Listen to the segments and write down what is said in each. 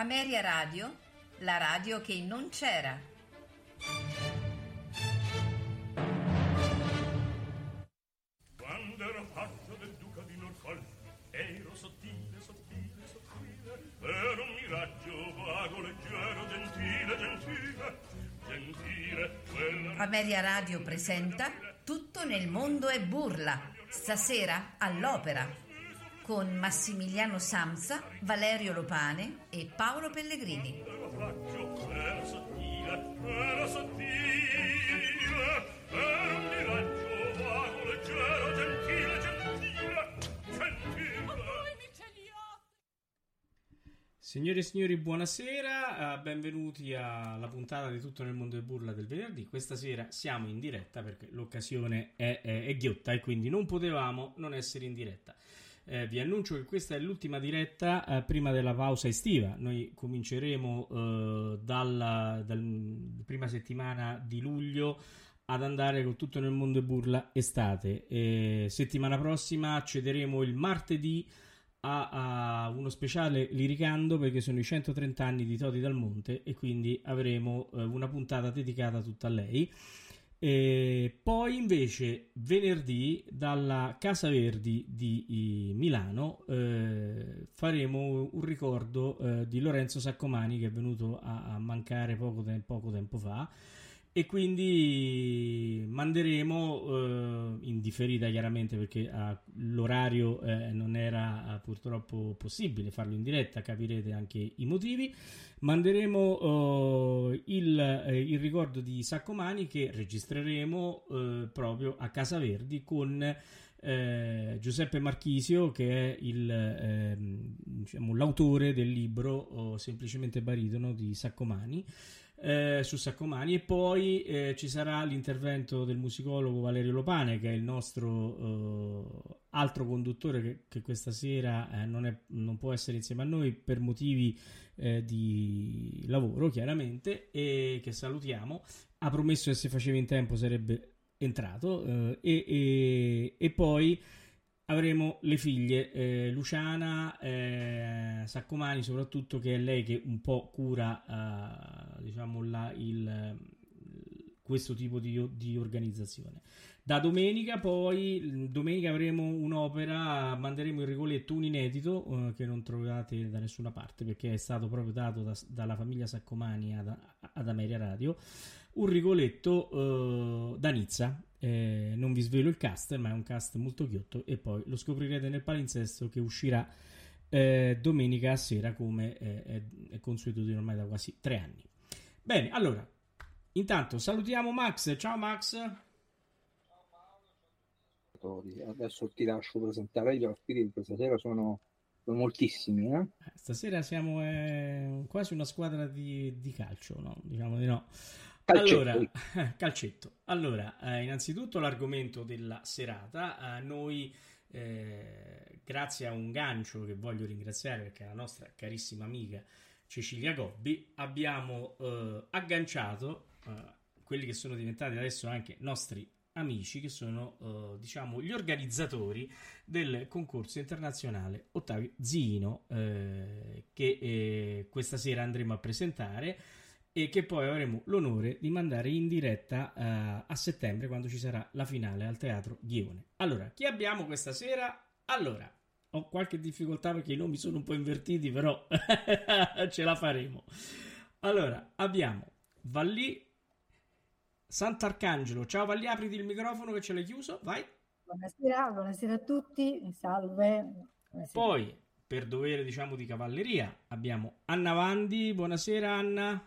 Ameria Radio, la radio che non c'era. Quando ero faccio del duca di Norfolk, ero sottile, sottile, sottile, ero un miraggio vago, leggero, gentile, gentile, gentile. Quella... Ameria Radio presenta Tutto nel mondo è burla, stasera all'Opera, con Massimiliano Samsa, Valerio Lopane e Paolo Pellegrini. Ero sottile, ero sottile, ero un miraggio vago, leggero, gentile, gentile, gentile. Signore e signori, buonasera, benvenuti alla puntata di Tutto nel mondo è burla del venerdì. Questa sera siamo in diretta perché l'occasione è ghiotta e quindi non potevamo non essere in diretta. Vi annuncio che questa è l'ultima diretta prima della pausa estiva. Noi cominceremo dalla prima settimana di luglio ad andare con Tutto nel mondo è burla estate. Settimana prossima cederemo il martedì a uno speciale liricando perché sono i 130 anni di Toti Dal Monte e quindi avremo una puntata dedicata tutta a lei. E poi invece venerdì dalla Casa Verdi di Milano faremo un ricordo di Lorenzo Saccomani, che è venuto a mancare poco tempo fa, e quindi manderemo in differita, chiaramente, perché l'orario non era purtroppo possibile farlo in diretta, capirete anche i motivi. Manderemo il ricordo di Saccomani, che registreremo proprio a Casa Verdi con Giuseppe Marchisio, che è l'autore del libro Semplicemente Baritono di Saccomani, su Saccomani. E poi ci sarà l'intervento del musicologo Valerio Lopane, che è il nostro altro conduttore che questa sera non può essere insieme a noi per motivi di lavoro, chiaramente, e che salutiamo. Ha promesso che se faceva in tempo sarebbe entrato, e poi avremo le figlie, Luciana Saccomani soprattutto, che è lei che un po' cura questo tipo di organizzazione. Da domenica avremo un'opera, manderemo in Rigoletto un inedito che non trovate da nessuna parte perché è stato proprio dato dalla famiglia Saccomani ad Ameria Radio, un Rigoletto da Nizza. Non vi svelo il cast, ma è un cast molto ghiotto e poi lo scoprirete nel palinsesto che uscirà domenica sera, come è consuetudine ormai da quasi 3 anni. Bene, allora, intanto salutiamo Max. Ciao Max. Adesso ti lascio presentare gli ospiti. Questa sera sono moltissimi. Stasera siamo quasi una squadra di calcio, no? Diciamo di no. Calcetto. Allora, calcetto. Allora, innanzitutto l'argomento della serata. Noi, grazie a un gancio che voglio ringraziare perché è la nostra carissima amica Cecilia Gobbi, abbiamo agganciato quelli che sono diventati adesso anche nostri amici, che sono gli organizzatori del concorso internazionale Ottavio Zino, che questa sera andremo a presentare e che poi avremo l'onore di mandare in diretta a settembre, quando ci sarà la finale al Teatro Ghione. Allora, chi abbiamo questa sera? Allora, ho qualche difficoltà perché i nomi sono un po' invertiti, però ce la faremo. Allora, abbiamo Vallì Sant'Arcangelo. Ciao Vallì, apriti il microfono che ce l'hai chiuso, vai. Buonasera a tutti, salve. Buonasera. Poi, per dovere di cavalleria, abbiamo Anna Vandi. Buonasera Anna.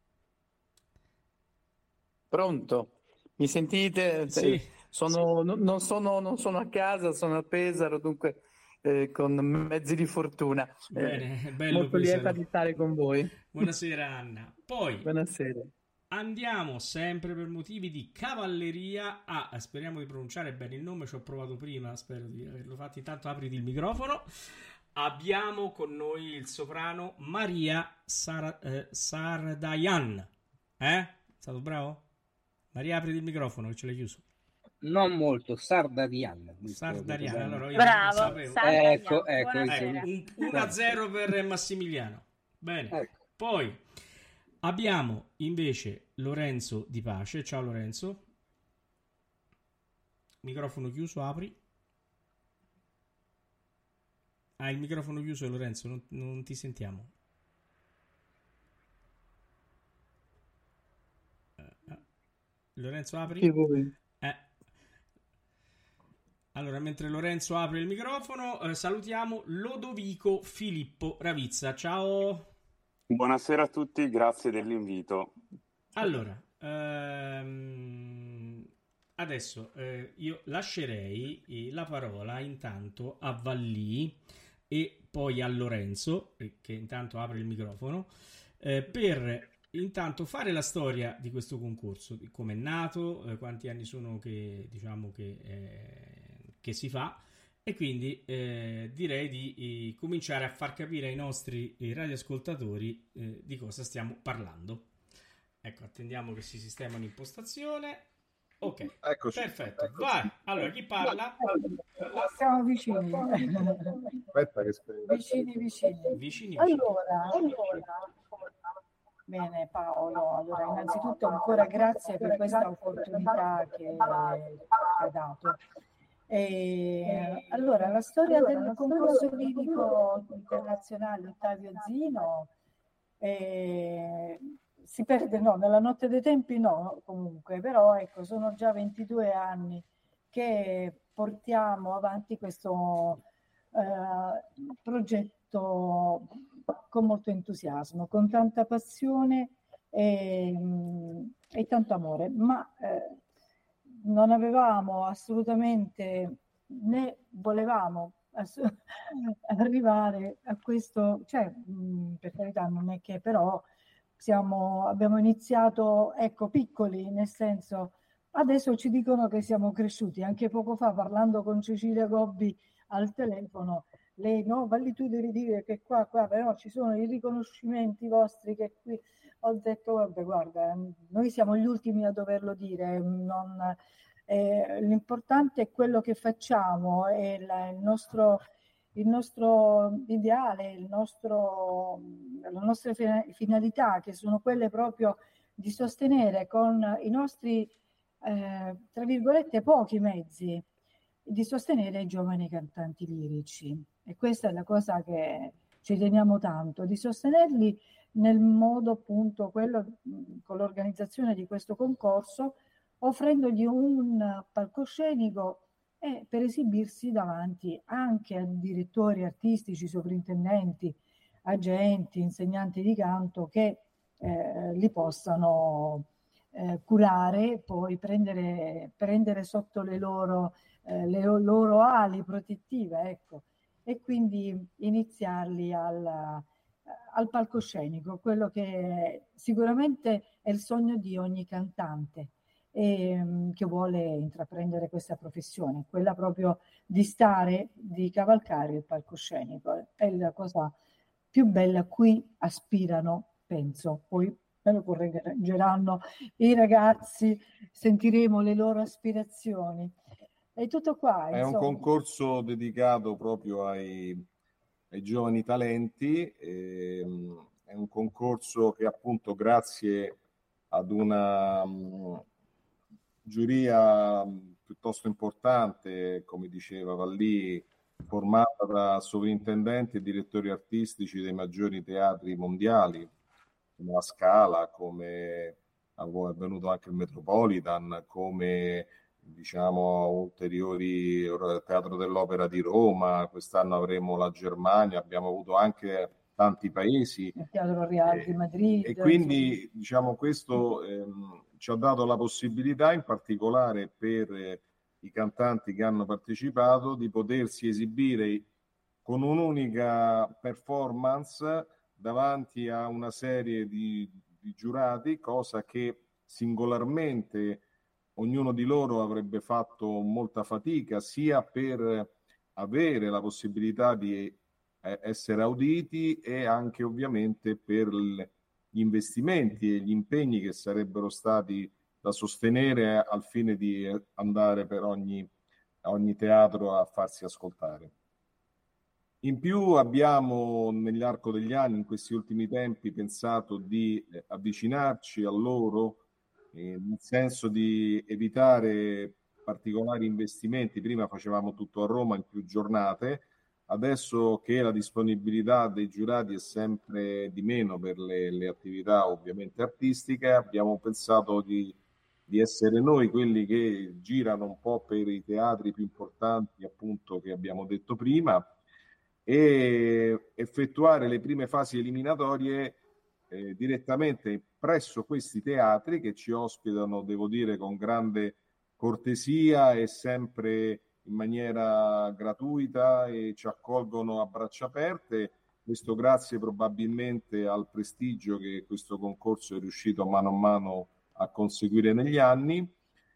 Pronto? Mi sentite? Sì. Non sono a casa, sono a Pesaro, dunque con mezzi di fortuna. Bene, bello molto lieta di stare con voi. Buonasera Anna. Poi Buonasera. andiamo sempre per motivi di cavalleria speriamo di pronunciare bene il nome, ci ho provato prima, spero di averlo fatto. Intanto apriti il microfono. Abbiamo con noi il soprano Maria Sardayan. È stato bravo? Maria, apriti il microfono che ce l'hai chiuso. Non molto, Sardarian. Allora io Bravo, sapevo. Sardarian. Ecco. 1-0 per Massimiliano. Bene. Ecco. Poi abbiamo invece Lorenzo Di Pace. Ciao Lorenzo. Microfono chiuso, apri. Hai il microfono chiuso, Lorenzo, non ti sentiamo. Lorenzo, apri. Allora, mentre Lorenzo apre il microfono, salutiamo Lodovico Filippo Ravizza. Ciao. Buonasera a tutti, grazie dell'invito. Allora, adesso io lascerei la parola intanto a Vallì e poi a Lorenzo, che intanto apre il microfono, per intanto fare la storia di questo concorso, di come è nato, quanti anni sono che diciamo che si fa, e quindi direi di cominciare a far capire ai nostri radioascoltatori di cosa stiamo parlando. Ecco, attendiamo che si sistema un'impostazione. Ok, eccoci. Perfetto, vai. Allora, chi parla? Siamo vicini. Aspetta che Vicini. Allora. Bene Paolo, allora innanzitutto ancora grazie per questa opportunità che hai dato. Allora, la storia del concorso lirico internazionale Ottavio Zino si perde, no, nella notte dei tempi no, comunque, però ecco, sono già 22 anni che portiamo avanti questo progetto con molto entusiasmo, con tanta passione e tanto amore, ma non avevamo assolutamente né volevamo arrivare a questo, cioè per carità non è che però abbiamo iniziato ecco piccoli, nel senso adesso ci dicono che siamo cresciuti. Anche poco fa parlando con Cecilia Gobbi al telefono, lei no, Valli tu devi dire che qua però ci sono i riconoscimenti vostri che qui ho detto vabbè guarda, noi siamo gli ultimi a doverlo dire, l'importante è quello che facciamo, è il nostro ideale, le nostre finalità, che sono quelle proprio di sostenere con i nostri tra virgolette pochi mezzi, di sostenere i giovani cantanti lirici. E questa è la cosa che ci teniamo tanto, di sostenerli nel modo appunto quello con l'organizzazione di questo concorso, offrendogli un palcoscenico per esibirsi davanti anche a direttori artistici, sovrintendenti, agenti, insegnanti di canto che li possano curare, poi prendere sotto le loro ali protettive, ecco, e quindi iniziarli al palcoscenico, quello che sicuramente è il sogno di ogni cantante che vuole intraprendere questa professione, quella proprio di cavalcare il palcoscenico. È la cosa più bella a cui aspirano, penso. Poi me lo correggeranno i ragazzi, sentiremo le loro aspirazioni. È tutto qua. È un concorso dedicato proprio ai giovani talenti, è un concorso che appunto grazie ad una giuria piuttosto importante, come diceva Vallì, formata da sovrintendenti e direttori artistici dei maggiori teatri mondiali, come la Scala, come è venuto anche il Metropolitan, come diciamo ulteriori Teatro dell'Opera di Roma, quest'anno avremo la Germania, abbiamo avuto anche tanti paesi, il Teatro Real di Madrid, e quindi diciamo questo ci ha dato la possibilità, in particolare per i cantanti che hanno partecipato, di potersi esibire con un'unica performance davanti a una serie di giurati, cosa che singolarmente ognuno di loro avrebbe fatto molta fatica, sia per avere la possibilità di essere auditi e anche ovviamente per gli investimenti e gli impegni che sarebbero stati da sostenere al fine di andare per ogni teatro a farsi ascoltare. In più abbiamo nell'arco degli anni, in questi ultimi tempi, pensato di avvicinarci a loro, nel senso di evitare particolari investimenti. Prima facevamo tutto a Roma in più giornate, adesso che la disponibilità dei giurati è sempre di meno per le attività ovviamente artistiche, abbiamo pensato di essere noi quelli che girano un po' per i teatri più importanti, appunto, che abbiamo detto prima, e effettuare le prime fasi eliminatorie direttamente presso questi teatri che ci ospitano, devo dire, con grande cortesia e sempre in maniera gratuita, e ci accolgono a braccia aperte. Questo grazie probabilmente al prestigio che questo concorso è riuscito mano a mano a conseguire negli anni,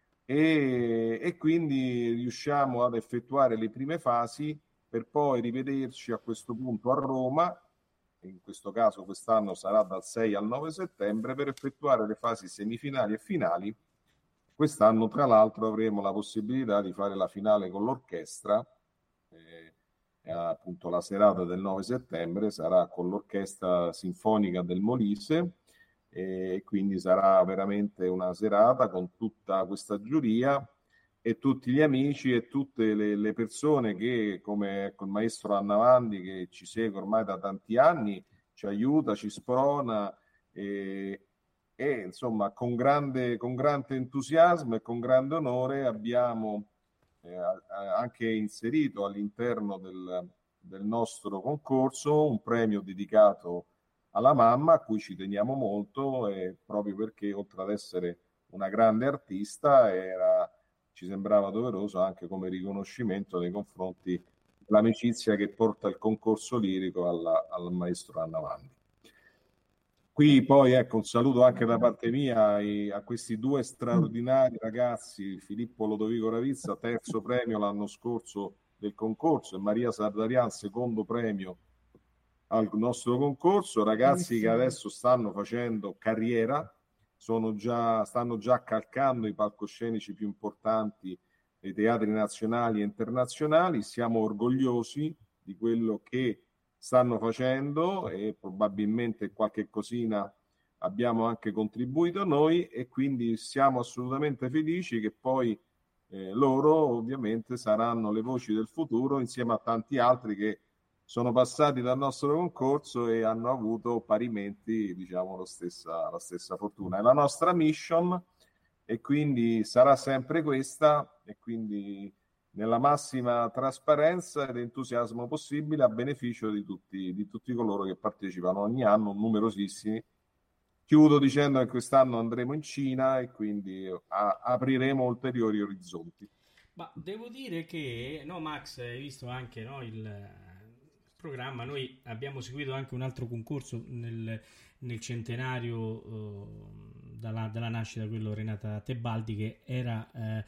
e quindi riusciamo ad effettuare le prime fasi per poi rivederci a questo punto a Roma, in questo caso quest'anno sarà dal 6 al 9 settembre, per effettuare le fasi semifinali e finali. Quest'anno, tra l'altro, avremo la possibilità di fare la finale con l'orchestra, appunto la serata del 9 settembre sarà con l'Orchestra Sinfonica del Molise, e quindi sarà veramente una serata con tutta questa giuria e tutti gli amici e tutte le persone che, come ecco, il maestro Annavandi, che ci segue ormai da tanti anni, ci aiuta, ci sprona, e insomma con grande entusiasmo e con grande onore abbiamo anche inserito all'interno del nostro concorso un premio dedicato alla mamma, a cui ci teniamo molto, proprio perché oltre ad essere una grande artista ci sembrava doveroso anche come riconoscimento nei confronti dell'amicizia che porta il concorso lirico al maestro Annavandi. Qui poi ecco un saluto anche da parte mia a questi due straordinari ragazzi, Filippo Lodovico Ravizza, terzo premio l'anno scorso del concorso, e Maria Sardarian, secondo premio al nostro concorso, ragazzi che adesso stanno facendo carriera, stanno già calcando i palcoscenici più importanti dei teatri nazionali e internazionali. Siamo orgogliosi di quello che stanno facendo e probabilmente qualche cosina abbiamo anche contribuito noi, e quindi siamo assolutamente felici che poi loro ovviamente saranno le voci del futuro insieme a tanti altri che sono passati dal nostro concorso e hanno avuto parimenti, diciamo, la stessa fortuna. È la nostra mission e quindi sarà sempre questa, e quindi nella massima trasparenza ed entusiasmo possibile, a beneficio di tutti coloro che partecipano ogni anno, numerosissimi. Chiudo dicendo che quest'anno andremo in Cina e quindi apriremo ulteriori orizzonti. Ma devo dire che, no, Max, hai visto anche, no, il programma. Noi abbiamo seguito anche un altro concorso nel centenario dalla nascita, quello Renata Tebaldi, che era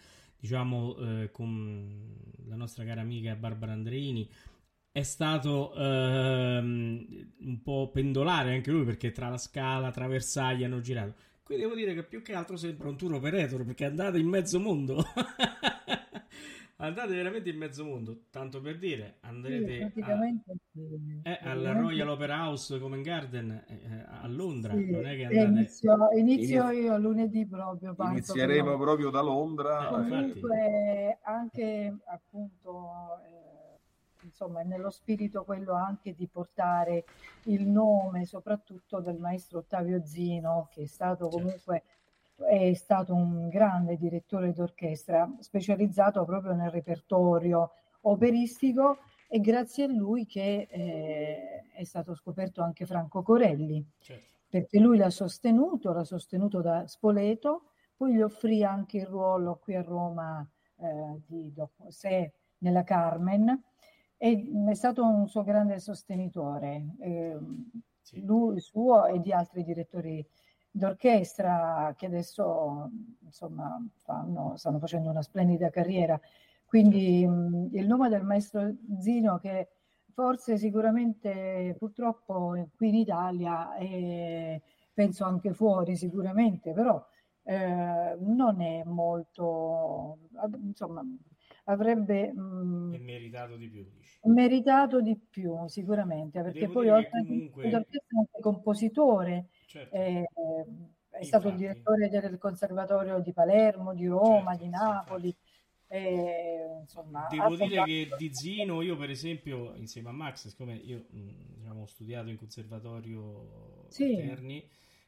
con la nostra cara amica Barbara Andreini. È stato un po' pendolare anche lui, perché tra la Scala, tra Versailles hanno girato. Qui devo dire che più che altro sembra un tour operator, perché andate in mezzo mondo. Andate veramente in mezzo mondo, tanto per dire, andrete alla Royal Opera House Covent Garden a Londra, sì, non è che andate... Inizio io lunedì proprio. Inizieremo proprio da Londra. Comunque anche appunto insomma nello spirito quello anche di portare il nome soprattutto del maestro Ottavio Zino, che è stato comunque è stato un grande direttore d'orchestra specializzato proprio nel repertorio operistico, e grazie a lui che è stato scoperto anche Franco Corelli, perché lui l'ha sostenuto da Spoleto, poi gli offrì anche il ruolo qui a Roma di José nella Carmen, e è stato un suo grande sostenitore, lui, suo e di altri direttori d'orchestra che adesso insomma stanno facendo una splendida carriera. Quindi il nome del maestro Zino, che forse sicuramente purtroppo qui in Italia e penso anche fuori sicuramente, però non è molto, insomma avrebbe meritato di più, dici? Meritato di più, sicuramente, perché Devo poi dire che oltre comunque... ad orchestra è anche compositore, Certo, è stato il infatti, direttore del Conservatorio di Palermo, di Roma, certo, di sì, Napoli, insomma, ha devo dire fondato... che di Zino io per esempio insieme a Max, siccome io diciamo, ho studiato in conservatorio a Sì, Terni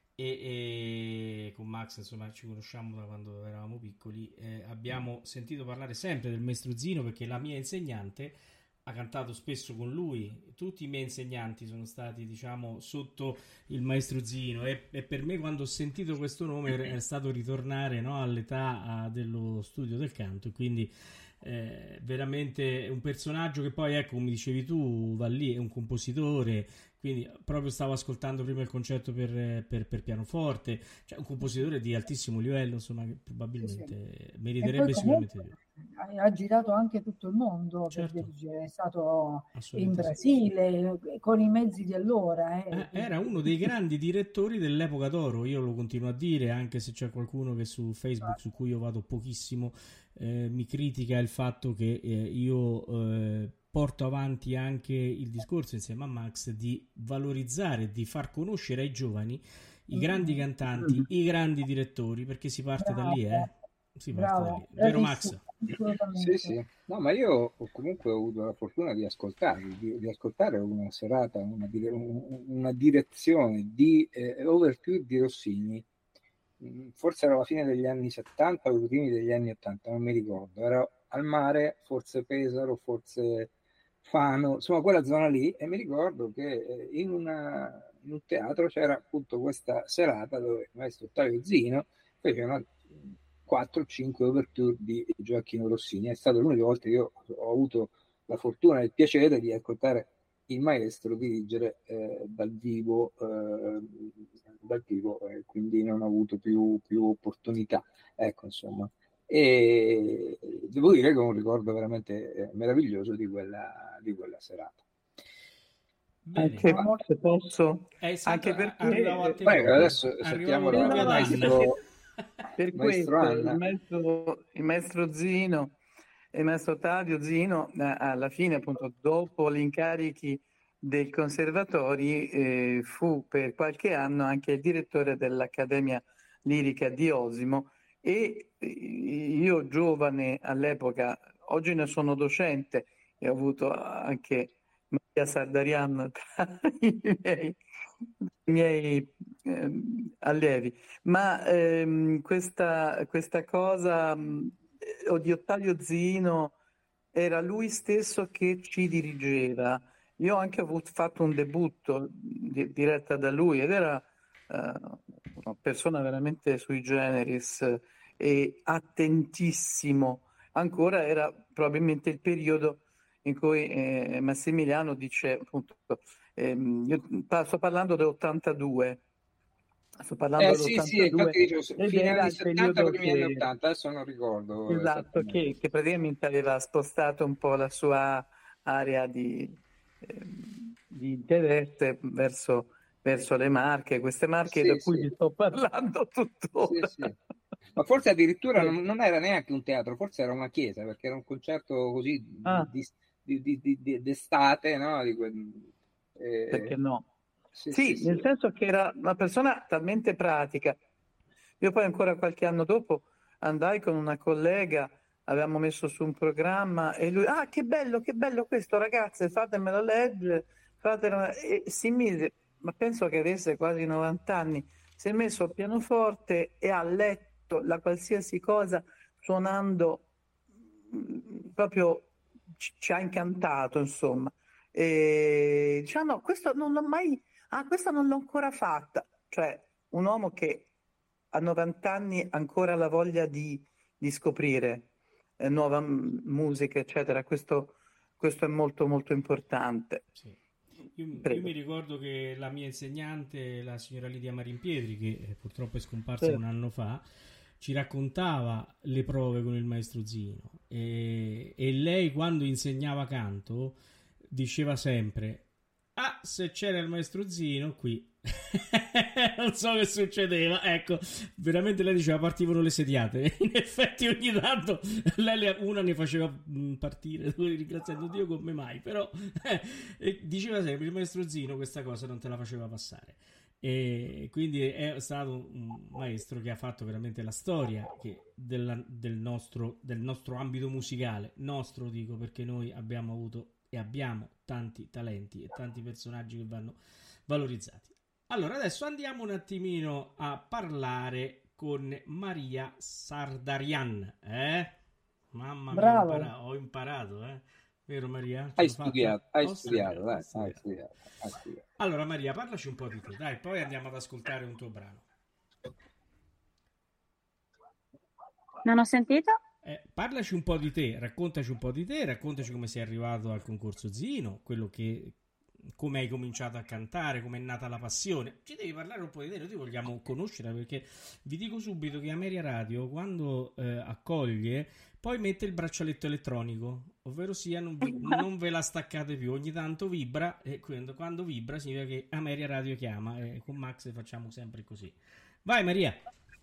e con Max insomma ci conosciamo da quando eravamo piccoli, abbiamo sentito parlare sempre del maestro Zino perché la mia insegnante ha cantato spesso con lui, tutti i miei insegnanti sono stati diciamo sotto il maestro Zino e per me quando ho sentito questo nome è stato ritornare, no, all'età dello studio del canto e quindi veramente un personaggio che poi ecco come dicevi tu va lì, è un compositore, quindi proprio stavo ascoltando prima il concerto per pianoforte, cioè un compositore di altissimo livello insomma che sì, sì. probabilmente E poi meriterebbe sicuramente comunque di più. ha girato anche tutto il mondo per Certo, dirigere, è stato in assolutamente sì. Brasile con i mezzi di allora, Era quindi uno dei grandi direttori dell'epoca d'oro, io lo continuo a dire, anche se c'è qualcuno che su Facebook, su cui io vado pochissimo, mi critica il fatto che io porto avanti anche il discorso insieme a Max di valorizzare, di far conoscere ai giovani i grandi cantanti, i grandi direttori, perché si parte da lì, bravo, si parte da lì. bravo, Vero bravissimo, Max? Sì, assolutamente. sì. No, ma io ho comunque avuto la fortuna di ascoltarli, di ascoltare una serata, una direzione di Overture di Rossini. Forse era la fine degli anni 70 o i primi degli anni 80, non mi ricordo. Era al mare, forse Pesaro, forse Fano, insomma quella zona lì. E mi ricordo che in un teatro c'era appunto questa serata dove il maestro Ottavio Zino fece una 4-5 overture di Gioacchino Rossini. È stata l'unica volta che io ho avuto la fortuna e il piacere di ascoltare il maestro dirigere dal vivo, quindi non ho avuto più opportunità. Ecco, insomma. E devo dire che ho un ricordo veramente meraviglioso di quella serata. Bene. Anche se posso, Esatto, anche perché arrivavo a te Prego, proprio. adesso Arrivavo sentiamo proprio ad anche Anna. perché per maestro questo Anna. il maestro Zino e il maestro Ottavio Zino alla fine appunto dopo gli incarichi del conservatori fu per qualche anno anche il direttore dell'Accademia Lirica di Osimo e io giovane all'epoca, oggi ne sono docente e ho avuto anche Maria Sardarian tra i miei allievi, ma questa cosa di Ottavio Zino era lui stesso che ci dirigeva. Io ho anche fatto un debutto diretta da lui ed era una persona veramente sui generis e attentissimo. Ancora era probabilmente il periodo in cui Massimiliano dice, appunto, io sto parlando dell'82, sto parlando Sì, dell'82 infatti dicevo, ed fine era anni il 70, periodo primi anni che 80, adesso non ricordo esatto, esattamente. che praticamente aveva spostato un po' la sua area di interesse verso le Marche, queste Marche da Sì, cui sì, vi sto parlando sì, tuttora. sì. Ma forse addirittura Eh, non era neanche un teatro, forse era una chiesa, perché era un concerto così Ah, d'estate, no? perché no? Sì, sì, Sì, nel sì. senso che era una persona talmente pratica. Io poi ancora qualche anno dopo andai con una collega, avevamo messo su un programma e lui, ah, che bello questo, ragazze, fatemelo leggere, fatelo... E si mise, ma penso che avesse quasi 90 anni, si è messo al pianoforte e ha letto la qualsiasi cosa suonando, proprio ci ha incantato, insomma. E dice, ah, no, questo non l'ho mai, questa non l'ho ancora fatta. Cioè, un uomo che a 90 anni ancora ha la voglia di scoprire nuova musica, eccetera. Questo è molto, molto importante. Sì. Io mi Prego. ricordo che la mia insegnante, la signora Lidia Marimpietri, che purtroppo è scomparsa Sì. un anno fa, ci raccontava le prove con il maestro Zino e lei quando insegnava canto diceva sempre: ah, se c'era il maestro Zino qui Non so che succedeva, ecco, veramente lei diceva partivano le sediate. In effetti ogni tanto una ne faceva partire, ringraziando Dio come mai, però diceva sempre il maestro Zino questa cosa non te la faceva passare. E quindi è stato un maestro che ha fatto veramente la storia del nostro ambito musicale, nostro dico, perché noi abbiamo avuto e abbiamo tanti talenti e tanti personaggi che vanno valorizzati. Allora adesso andiamo un attimino a parlare con Maria Sardarian, Mamma Bravo. mia, ho imparato, vero Maria? Hai studiato. Allora Maria, parlaci un po' di te, dai, poi andiamo ad ascoltare un tuo brano. Non ho sentito? Parlaci un po' di te, raccontaci un po' di te, raccontaci come sei arrivato al concorso Zino, come hai cominciato a cantare, come è nata la passione. Ci devi parlare un po' di te, noi ti vogliamo conoscere, perché vi dico subito che Ameria Radio, quando accoglie, poi mette il braccialetto elettronico, ovvero sia non ve la staccate più, ogni tanto vibra, e quando vibra significa che Ameria Radio chiama, e con Max facciamo sempre così. Vai Maria!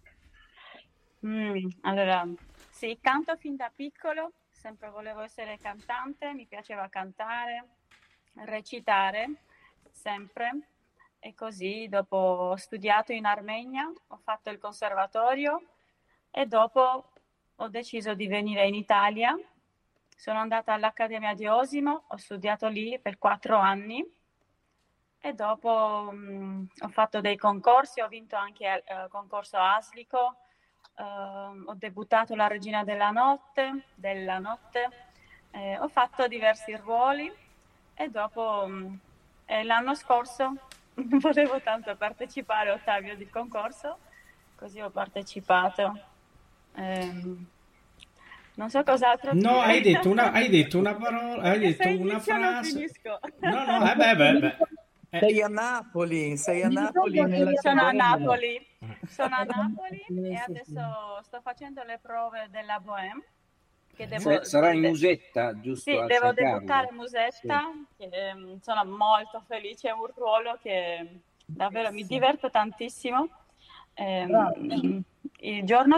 Allora, sì, canto fin da piccolo, sempre volevo essere cantante, mi piaceva cantare, recitare sempre, e così dopo ho studiato in Armenia, ho fatto il conservatorio e dopo ho deciso di venire in Italia. Sono andata all'Accademia di Osimo, ho studiato lì per 4 anni e dopo ho fatto dei concorsi, ho vinto anche il concorso Aslico, ho debuttato la Regina della Notte, ho fatto diversi ruoli e dopo l'anno scorso volevo tanto partecipare, Ottavio, di concorso, così ho partecipato. Non so cos'altro dire. No, hai detto una parola, hai detto una frase. No, Sei a Napoli, Sono a Napoli e adesso sto facendo le prove della Bohème. Sarà in Musetta, giusto? Sì, devo debuttare in Musetta, sì. Sono molto felice, è un ruolo che davvero mi diverto tantissimo. Dal giorno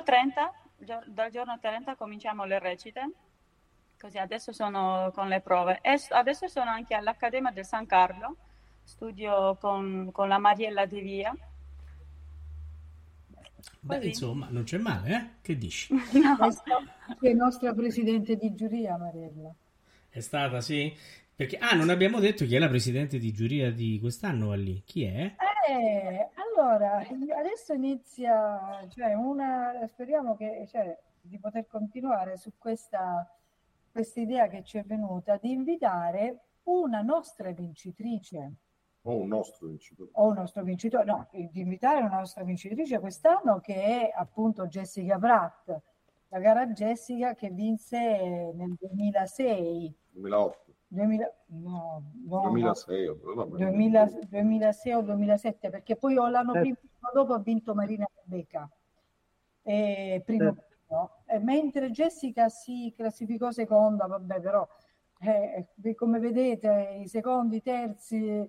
30 cominciamo le recite, così adesso sono con le prove e adesso sono anche all'Accademia del San Carlo, studio con la Mariella De Via. Beh, insomma, non c'è male, Che dici? No. È nostra presidente di giuria, Mariella. È stata, sì? Perché, non abbiamo detto chi è la presidente di giuria di quest'anno lì. Chi è? Allora, adesso inizia, speriamo di poter continuare su questa idea che ci è venuta di invitare una nostra vincitrice. Un nostro vincitore. No, di invitare una nostra vincitrice quest'anno, che è appunto Jessica Pratt, la gara Jessica che vinse nel 2006. 2006 o 2007, perché poi l'anno prima dopo ha vinto Marina Rebecca, primo, mentre Jessica si classificò seconda, vabbè, però come vedete i secondi, i terzi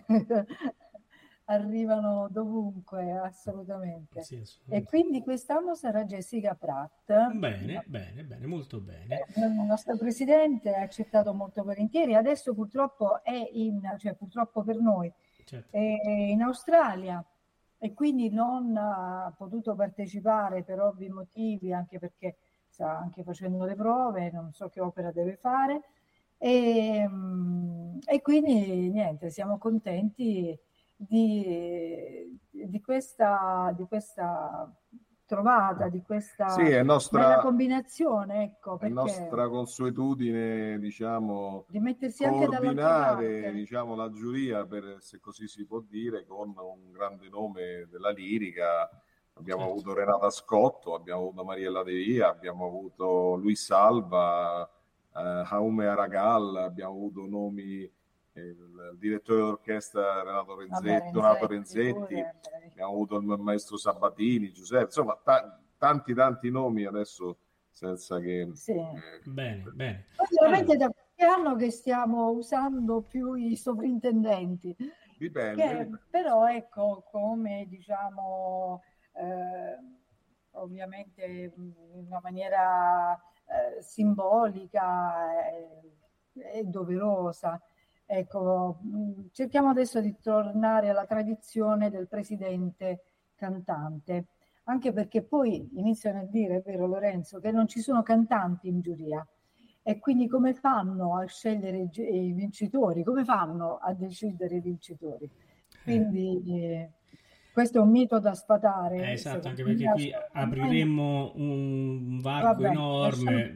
arrivano dovunque, assolutamente. Sì, assolutamente. E quindi quest'anno sarà Jessica Pratt. Bene, molto bene. Il nostro presidente ha accettato molto volentieri. Adesso purtroppo purtroppo per noi, certo, è in Australia e quindi non ha potuto partecipare per ovvi motivi, anche perché sta anche facendo le prove, non so che opera deve fare. E quindi niente, siamo contenti di questa trovata, di questa bella combinazione, ecco, perché è nostra consuetudine, diciamo, di mettersi anche coordinare, diciamo, la giuria, se così si può dire, con un grande nome della lirica. Abbiamo avuto Renata Scotto, abbiamo avuto Mariella De Via, abbiamo avuto Luis Alba, Jaume Aragal, abbiamo avuto nomi, il direttore d'orchestra Donato Renzetti, abbiamo avuto il maestro Sabatini, Giuseppe, insomma tanti nomi adesso, senza che... Bene. Veramente da qualche anno che stiamo usando più i sovrintendenti. Dipende. Però ecco, come diciamo, ovviamente in una maniera simbolica e doverosa. Ecco, cerchiamo adesso di tornare alla tradizione del presidente cantante, anche perché poi iniziano a dire, è vero Lorenzo, che non ci sono cantanti in giuria. E quindi come fanno a scegliere i vincitori? Come fanno a decidere i vincitori? Quindi questo è un mito da sfatare. Esatto, anche perché qui apriremmo un varco enorme.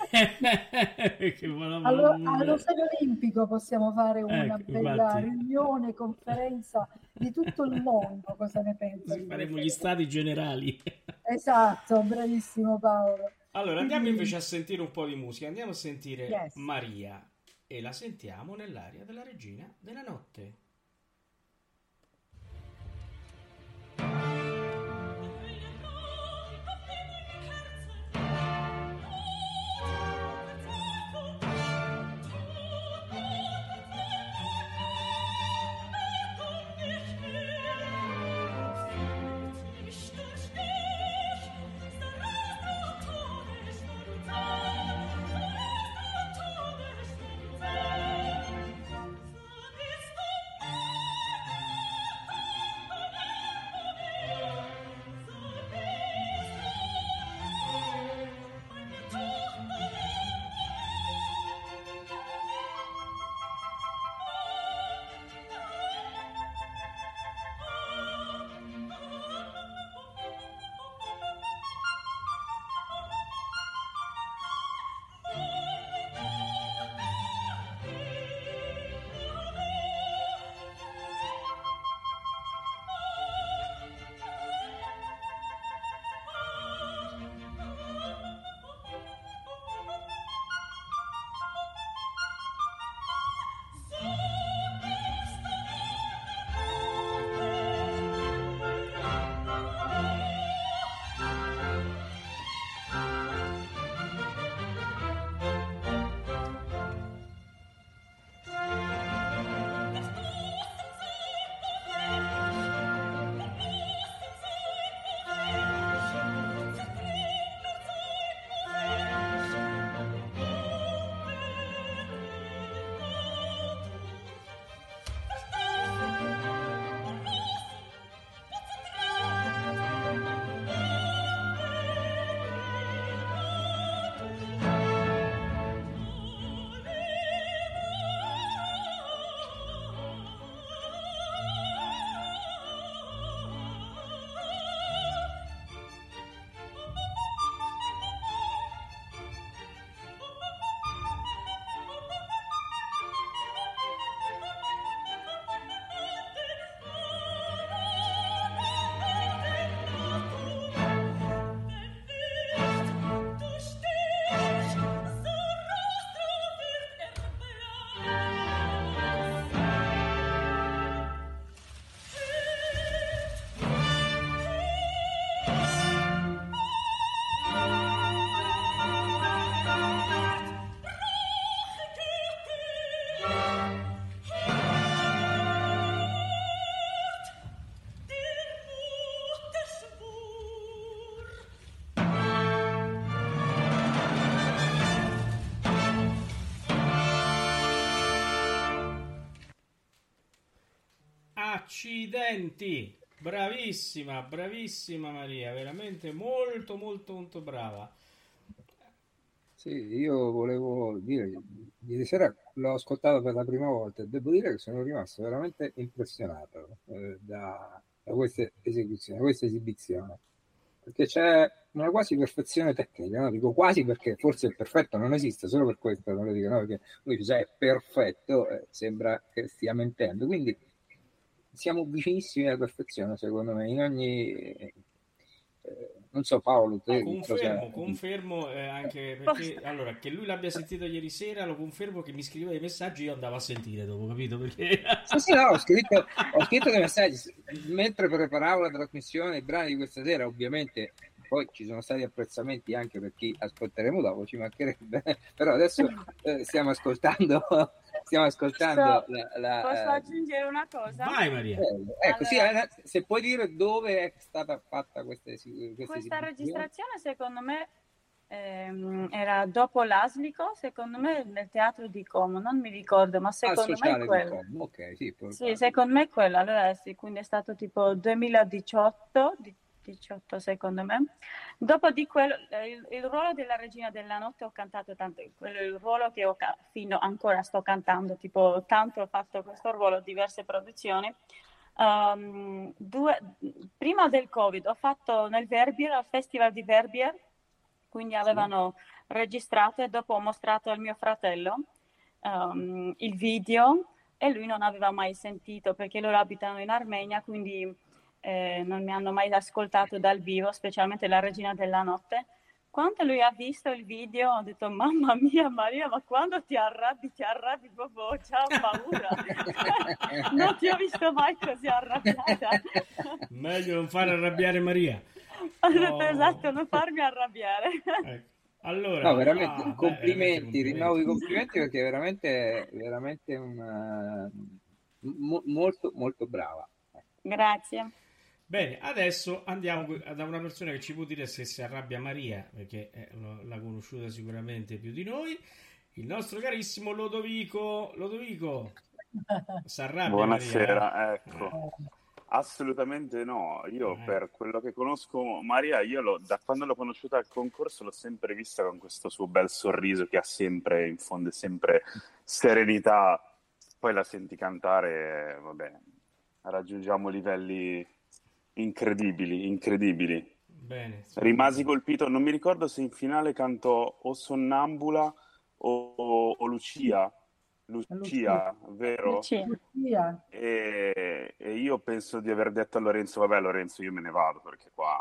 Allo Stadio Olimpico possiamo fare una bella riunione, conferenza di tutto il mondo. Cosa ne pensi? Faremo gli stati generali. Esatto, bravissimo Paolo. Allora, andiamo invece a sentire un po' di musica. Andiamo a sentire Maria e la sentiamo nell'aria della Regina della Notte. Accidenti, bravissima Maria, veramente molto molto molto brava. Sì, io volevo dire, ieri sera l'ho ascoltato per la prima volta e devo dire che sono rimasto veramente impressionato da questa esecuzione, da questa esibizione, perché c'è una quasi perfezione tecnica, no? Dico quasi perché forse il perfetto non esiste, solo per questo non lo dico, no? Perché lui dice è perfetto, sembra che stia mentendo, quindi siamo vicinissimi alla perfezione secondo me, in ogni... non so Paolo, te confermo anche perché allora che lui l'abbia sentito ieri sera, lo confermo che mi scriveva dei messaggi, io andavo a sentire dopo, capito? Perché sì, no, ho scritto dei messaggi mentre preparavo la trasmissione, i brani di questa sera, ovviamente poi ci sono stati apprezzamenti anche per chi ascolteremo dopo, ci mancherebbe, però adesso stiamo ascoltando stiamo ascoltando Posso aggiungere una cosa? Vai Maria. Ecco, sì, Allora, se puoi dire dove è stata fatta questa registrazione, secondo me, era dopo l'Aslico, secondo me nel teatro di Como, non mi ricordo, ma secondo me è sociale di quello. Como, ok, sì. Sì, secondo me è quello. Allora sì, quindi è stato tipo 2018, 18 secondo me. Dopo di quello, il ruolo della Regina della Notte ho cantato tanto, quello è il ruolo che fino ancora sto cantando, tipo tanto ho fatto questo ruolo, diverse produzioni. Prima del Covid ho fatto nel Verbier, al Festival di Verbier, quindi avevano registrato e dopo ho mostrato al mio fratello il video e lui non aveva mai sentito perché loro abitano in Armenia, quindi non mi hanno mai ascoltato dal vivo, specialmente la Regina della Notte. Quando lui ha visto il video ho detto mamma mia Maria, ma quando ti arrabbi proprio, ho già paura. Non ti ho visto mai così arrabbiata. Meglio non fare arrabbiare Maria. Ho detto esatto, non farmi arrabbiare. Ecco. Allora, no, veramente complimenti, rinnovo i complimenti perché è veramente molto molto brava. Grazie. Bene, adesso andiamo da una persona che ci può dire se si arrabbia Maria, perché l'ha conosciuta sicuramente più di noi, il nostro carissimo Lodovico. Lodovico, si arrabbia Buonasera, Maria? ecco. Assolutamente no, io per quello che conosco Maria, da quando l'ho conosciuta al concorso l'ho sempre vista con questo suo bel sorriso che ha sempre, infonde sempre serenità, poi la senti cantare, vabbè, raggiungiamo livelli incredibili. Bene, rimasi colpito, non mi ricordo se in finale cantò o Sonnambula o Lucia, vero? Lucia. E io penso di aver detto a Lorenzo, vabbè Lorenzo, io me ne vado perché qua...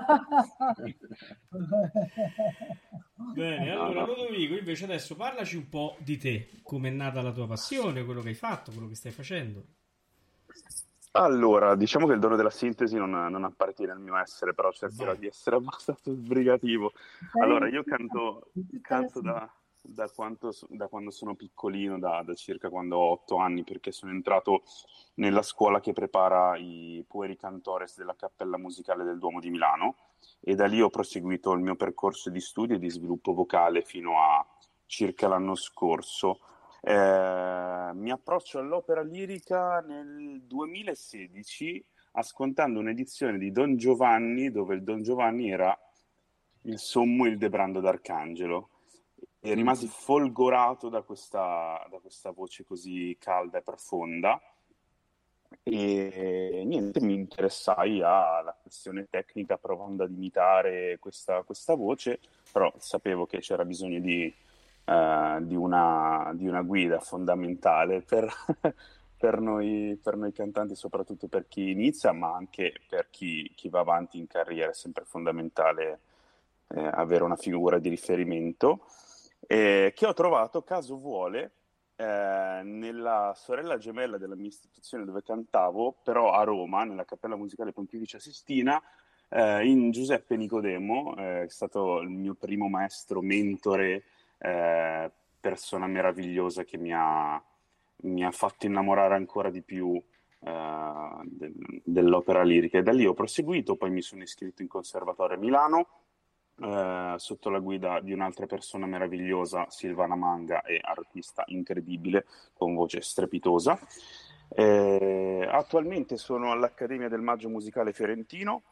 Bene, allora Lodovico, invece adesso parlaci un po' di te, come è nata la tua passione, quello che hai fatto, quello che stai facendo. Allora, diciamo che il dono della sintesi non appartiene al mio essere, però cercherò di essere abbastanza sbrigativo. Allora, io canto da quando sono piccolino, da circa quando ho 8 anni, perché sono entrato nella scuola che prepara i pueri cantores della Cappella Musicale del Duomo di Milano e da lì ho proseguito il mio percorso di studio e di sviluppo vocale fino a circa l'anno scorso. Mi approccio all'opera lirica nel 2016 ascoltando un'edizione di Don Giovanni dove il Don Giovanni era il sommo Ildebrando d'Arcangelo e rimasi folgorato da questa voce così calda e profonda e niente, mi interessai alla questione tecnica provando ad imitare questa voce, però sapevo che c'era bisogno di una guida fondamentale per noi cantanti, soprattutto per chi inizia, ma anche per chi va avanti in carriera. È sempre fondamentale avere una figura di riferimento che ho trovato, caso vuole, nella sorella gemella della mia istituzione dove cantavo, però a Roma, nella Cappella Musicale Pontificia Sistina, in Giuseppe Nicodemo, è stato il mio primo maestro, mentore, persona meravigliosa che mi ha fatto innamorare ancora di più dell'opera lirica e da lì ho proseguito, poi mi sono iscritto in conservatorio a Milano sotto la guida di un'altra persona meravigliosa, Silvana Manga, e artista incredibile con voce strepitosa. Attualmente sono all'Accademia del Maggio Musicale Fiorentino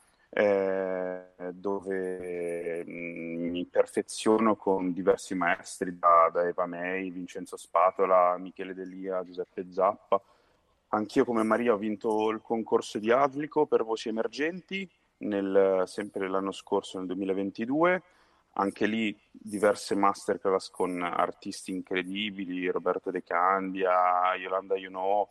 dove mi perfeziono con diversi maestri da Eva May, Vincenzo Spatola, Michele Delia, Giuseppe Zappa. Anch'io come Maria ho vinto il concorso di Adlico per voci emergenti sempre l'anno scorso, nel 2022. Anche lì diverse masterclass con artisti incredibili, Roberto De Candia, Yolanda Junò,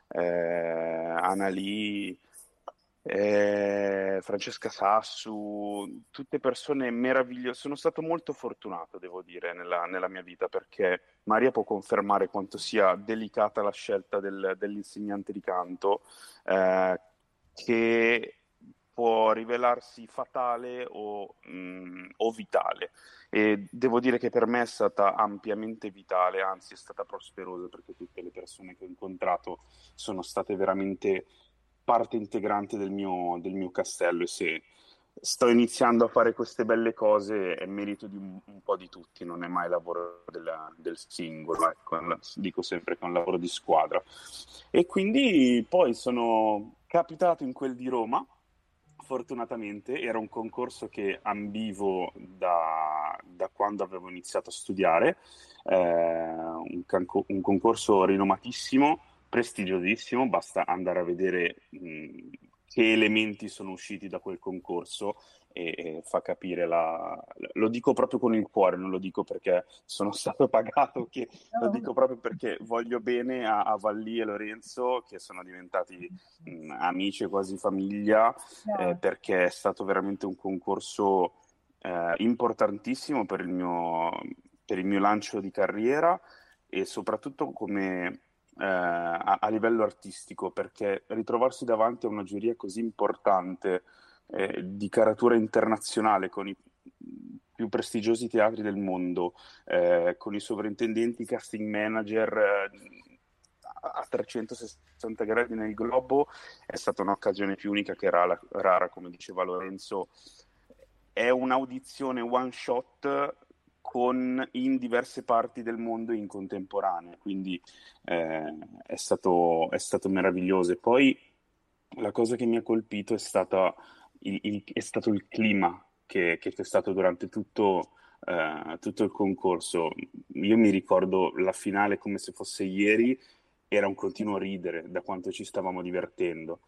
Analì, Francesca Sassu, tutte persone meravigliose. Sono stato molto fortunato, devo dire, nella mia vita, perché Maria può confermare quanto sia delicata la scelta dell'insegnante di canto, che può rivelarsi fatale o vitale. E devo dire che per me è stata ampiamente vitale, anzi è stata prosperosa, perché tutte le persone che ho incontrato sono state veramente parte integrante del mio castello, e se sto iniziando a fare queste belle cose è merito di un po' di tutti, non è mai lavoro del singolo, ecco, dico sempre che è un lavoro di squadra. E quindi poi sono capitato in quel di Roma. Fortunatamente era un concorso che ambivo da quando avevo iniziato a studiare, un concorso rinomatissimo, prestigiosissimo, basta andare a vedere che elementi sono usciti da quel concorso e fa capire lo dico proprio con il cuore, non lo dico perché sono stato pagato, lo dico proprio perché voglio bene a Vallì e Lorenzo, che sono diventati amici e quasi famiglia, perché è stato veramente un concorso importantissimo per il mio lancio di carriera, e soprattutto come a livello artistico, perché ritrovarsi davanti a una giuria così importante, di caratura internazionale, con i più prestigiosi teatri del mondo, con i sovrintendenti, casting manager a 360 gradi nel globo, è stata un'occasione più unica che rara, come diceva Lorenzo. È un'audizione one shot in diverse parti del mondo in contemporanea, quindi è stato meraviglioso. E poi la cosa che mi ha colpito è stato il clima che c'è stato durante tutto il concorso. Io mi ricordo la finale come se fosse ieri, era un continuo ridere da quanto ci stavamo divertendo,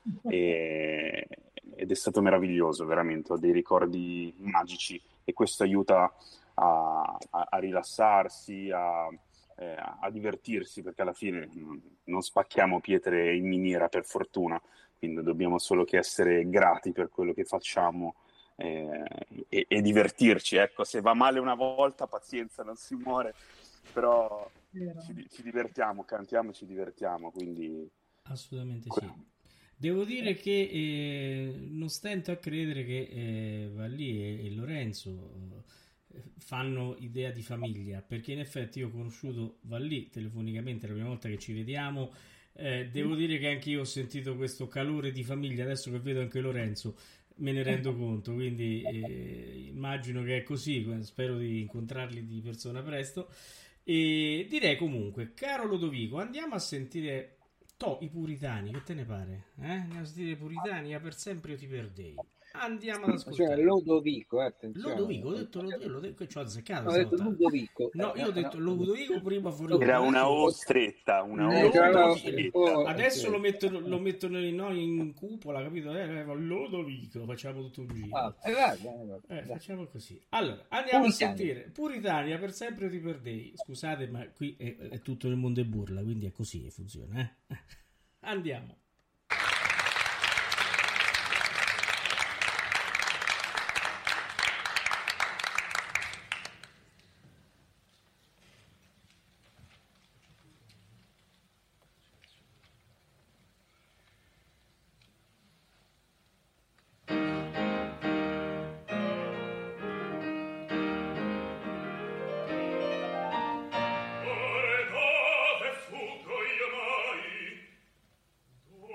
ed è stato meraviglioso, veramente, ho dei ricordi magici, e questo aiuta a rilassarsi, a divertirsi, perché alla fine non spacchiamo pietre in miniera, per fortuna, quindi dobbiamo solo che essere grati per quello che facciamo, e divertirci. Ecco, se va male una volta, pazienza, non si muore, però ci divertiamo, cantiamo e ci divertiamo, quindi assolutamente sì. Devo dire che non stento a credere che Vallì e Lorenzo fanno idea di famiglia, perché in effetti io ho conosciuto Vallì telefonicamente la prima volta che ci vediamo. Devo dire che anche io ho sentito questo calore di famiglia. Adesso che vedo anche Lorenzo me ne rendo conto, quindi immagino che è così. Spero di incontrarli di persona presto. E direi comunque, caro Lodovico, andiamo a sentire i Puritani, che te ne pare? Andiamo a sentire i Puritani, per sempre io ti perdei. Andiamo ad ascoltare. Cioè, Lodovico, attenzione. Lodovico, ho detto Lodovico, che ci ho azzeccato. Ho detto Ludovico. No, io ho detto Lodovico prima fuori. Era una O stretta, Adesso lo mettono in cupola, capito? Lodovico, facciamo tutto un giro. Facciamo così. Allora, andiamo a sentire Puritania, per sempre io ti perdei. Scusate, ma qui è tutto nel mondo e burla, quindi è così che funziona. Andiamo. Dove fuggo io mai?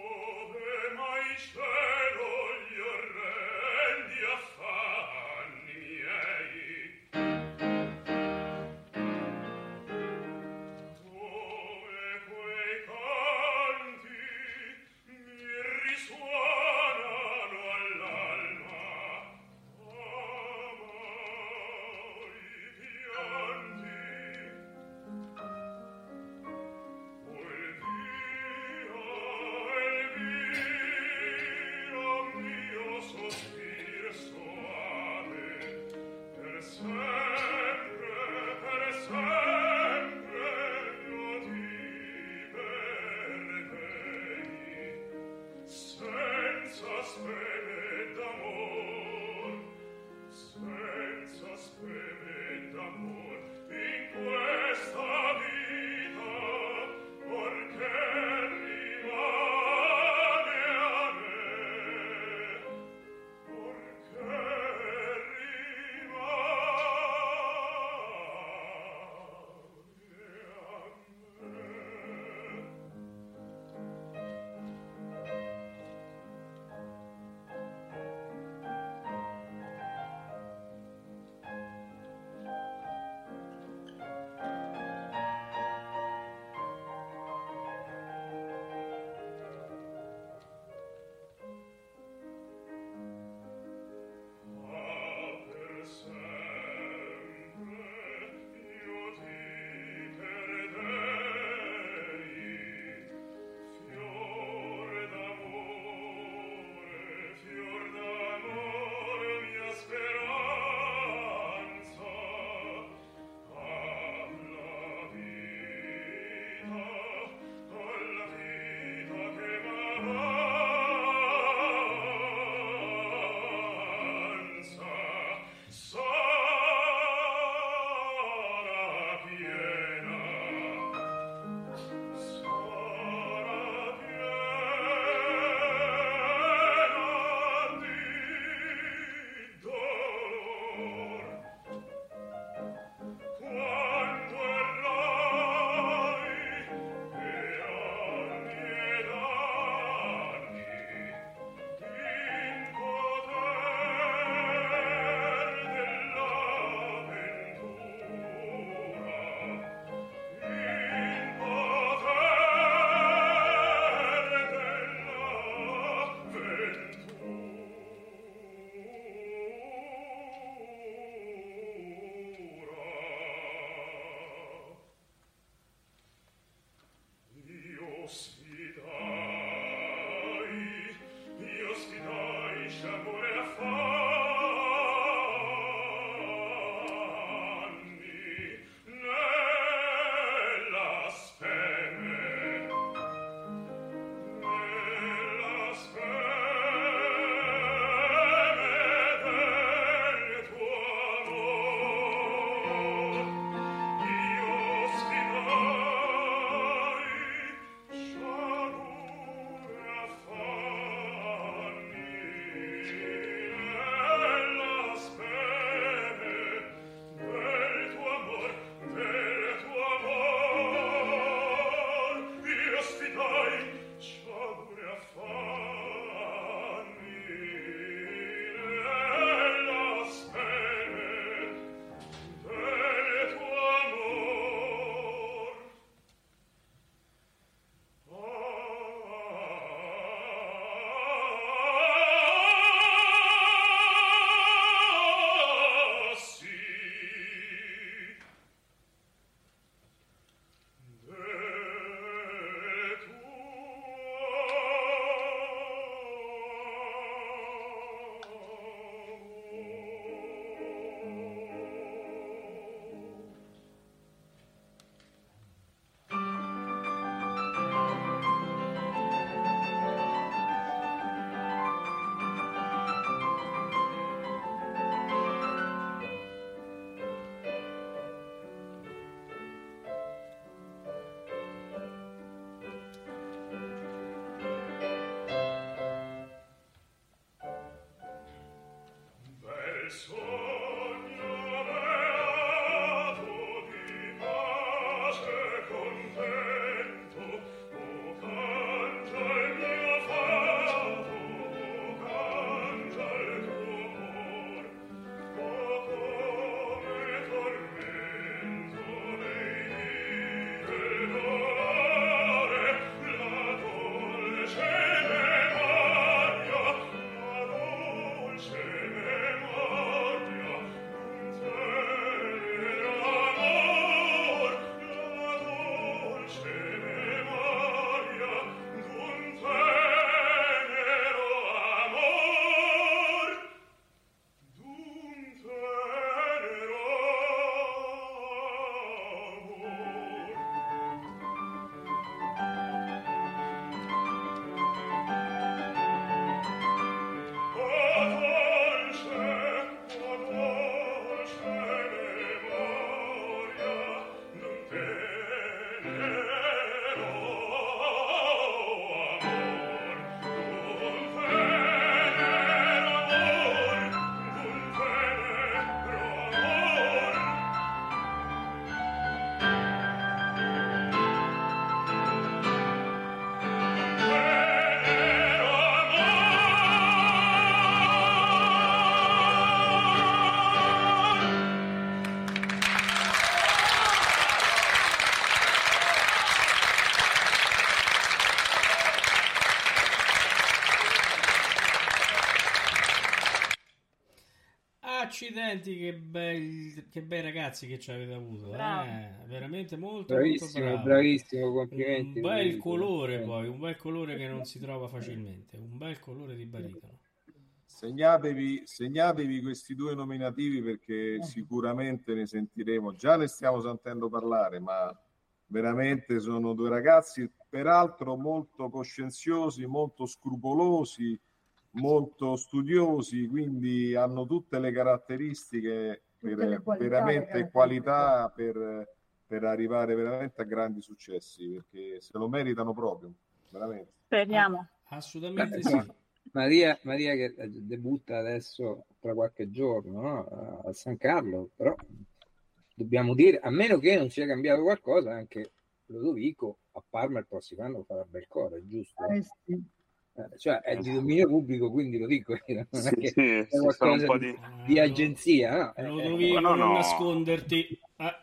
Accidenti, che bei ragazzi che ci avete avuto, veramente molto Bravissimo, molto bravi. bravissimo, complimenti. Un bel colore poi, un bel colore che non si trova facilmente, un bel colore di baritono. Segnatevi questi due nominativi perché sicuramente ne sentiremo, già ne stiamo sentendo parlare, ma veramente sono due ragazzi peraltro molto coscienziosi, molto scrupolosi, molto studiosi, quindi hanno tutte le caratteristiche veramente qualità per arrivare veramente a grandi successi, perché se lo meritano proprio, veramente. Speriamo. Assolutamente sì. Maria che debutta adesso tra qualche giorno, no? A San Carlo, però dobbiamo dire, a meno che non sia cambiato qualcosa, anche Lodovico a Parma il prossimo anno farà bel coro, è giusto? Sì. Cioè è di dominio pubblico, quindi lo dico, non è che è sono qualcosa un po' di agenzia, no? Lodovico, non nasconderti.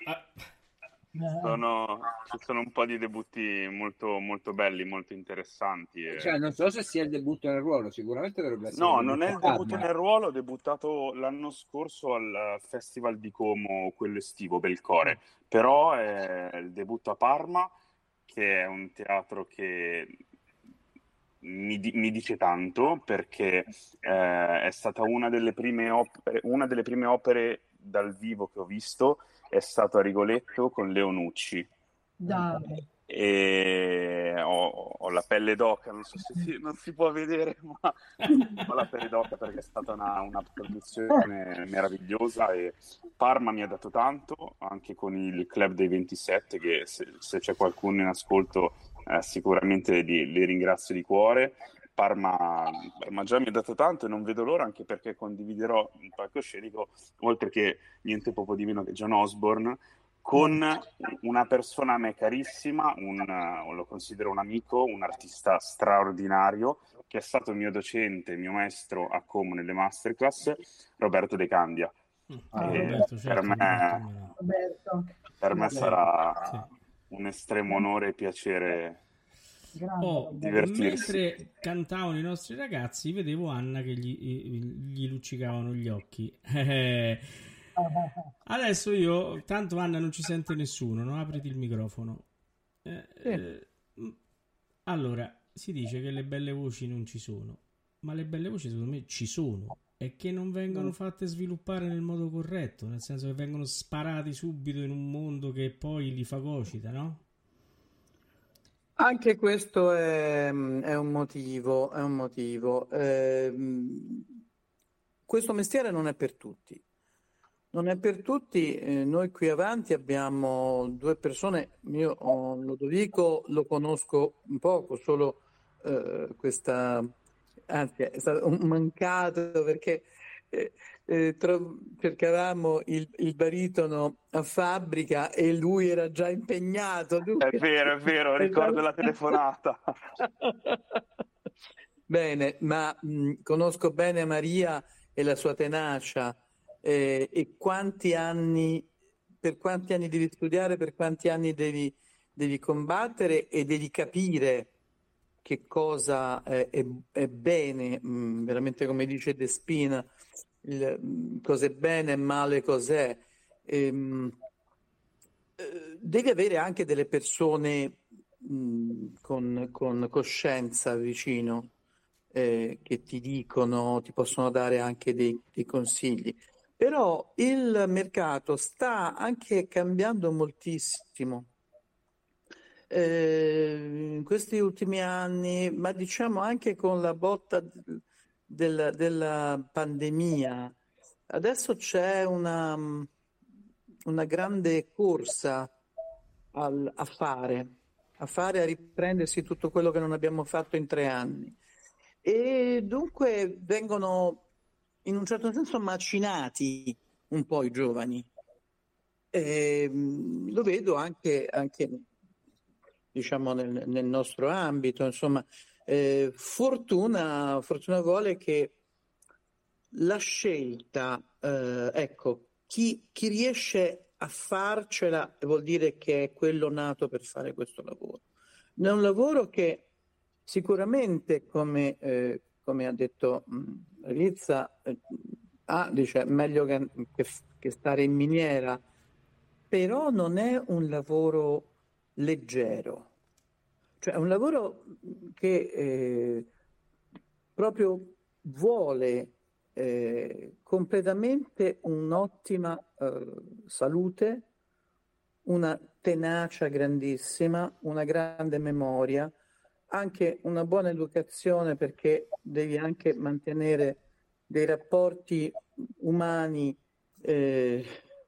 Ci sono un po' di debutti molto, molto belli, molto interessanti. Cioè, non so se sia il debutto nel ruolo, sicuramente dovrebbe essere. No, non è il debutto nel ruolo, ho debuttato l'anno scorso al Festival di Como, quello estivo, Belcore, però è il debutto a Parma, che è un teatro che mi dice tanto, perché è stata una delle prime opere dal vivo che ho visto, è stato a Rigoletto con Leonucci. Dai. E ho la pelle d'oca, non so se non si può vedere, ma ho la pelle d'oca perché è stata una produzione meravigliosa e Parma mi ha dato tanto, anche con il Club dei 27, che se c'è qualcuno in ascolto sicuramente li ringrazio di cuore. Parma già mi ha dato tanto e non vedo l'ora, anche perché condividerò il palcoscenico, oltre che niente poco di meno che John Osborne, con una persona a me carissima, lo considero un amico, un artista straordinario, che è stato mio docente, mio maestro a Como nelle masterclass, Roberto De Candia. Roberto, certo, per me sarà un estremo onore e piacere divertirsi. Mentre cantavano i nostri ragazzi, vedevo Anna che gli luccicavano gli occhi. Adesso tanto Anna non ci sente nessuno, no? Apriti il microfono. Allora, si dice che le belle voci non ci sono, ma le belle voci secondo me ci sono, è che non vengono fatte sviluppare nel modo corretto, nel senso che vengono sparati subito in un mondo che poi li fagocita, no? Anche questo è un motivo. Questo mestiere non è per tutti. Non è per tutti. Noi qui avanti abbiamo due persone. Io Lodovico lo conosco un poco, solo anzi è stato un mancato perché cercavamo il baritono a Fabbrica e lui era già impegnato. È vero, ricordo la telefonata. Bene, ma conosco bene Maria e la sua tenacia. E per quanti anni devi studiare, per quanti anni devi combattere e devi capire che cosa è bene, veramente come dice De Spina, cos'è bene e male cos'è. Devi avere anche delle persone con coscienza vicino, che ti possono dare anche dei consigli. Però il mercato sta anche cambiando moltissimo in questi ultimi anni, ma diciamo anche con la botta della pandemia. Adesso c'è una grande corsa a fare, a riprendersi tutto quello che non abbiamo fatto in 3 anni. E dunque vengono in un certo senso macinati un po' i giovani. Lo vedo anche diciamo nel nostro ambito, insomma, fortuna vuole che la scelta, ecco, chi riesce a farcela vuol dire che è quello nato per fare questo lavoro. È un lavoro che sicuramente, come ha detto Elizza, dice meglio che stare in miniera, però non è un lavoro leggero, cioè è un lavoro che proprio vuole completamente un'ottima salute, una tenacia grandissima, una grande memoria, anche una buona educazione, perché devi anche mantenere dei rapporti umani, cioè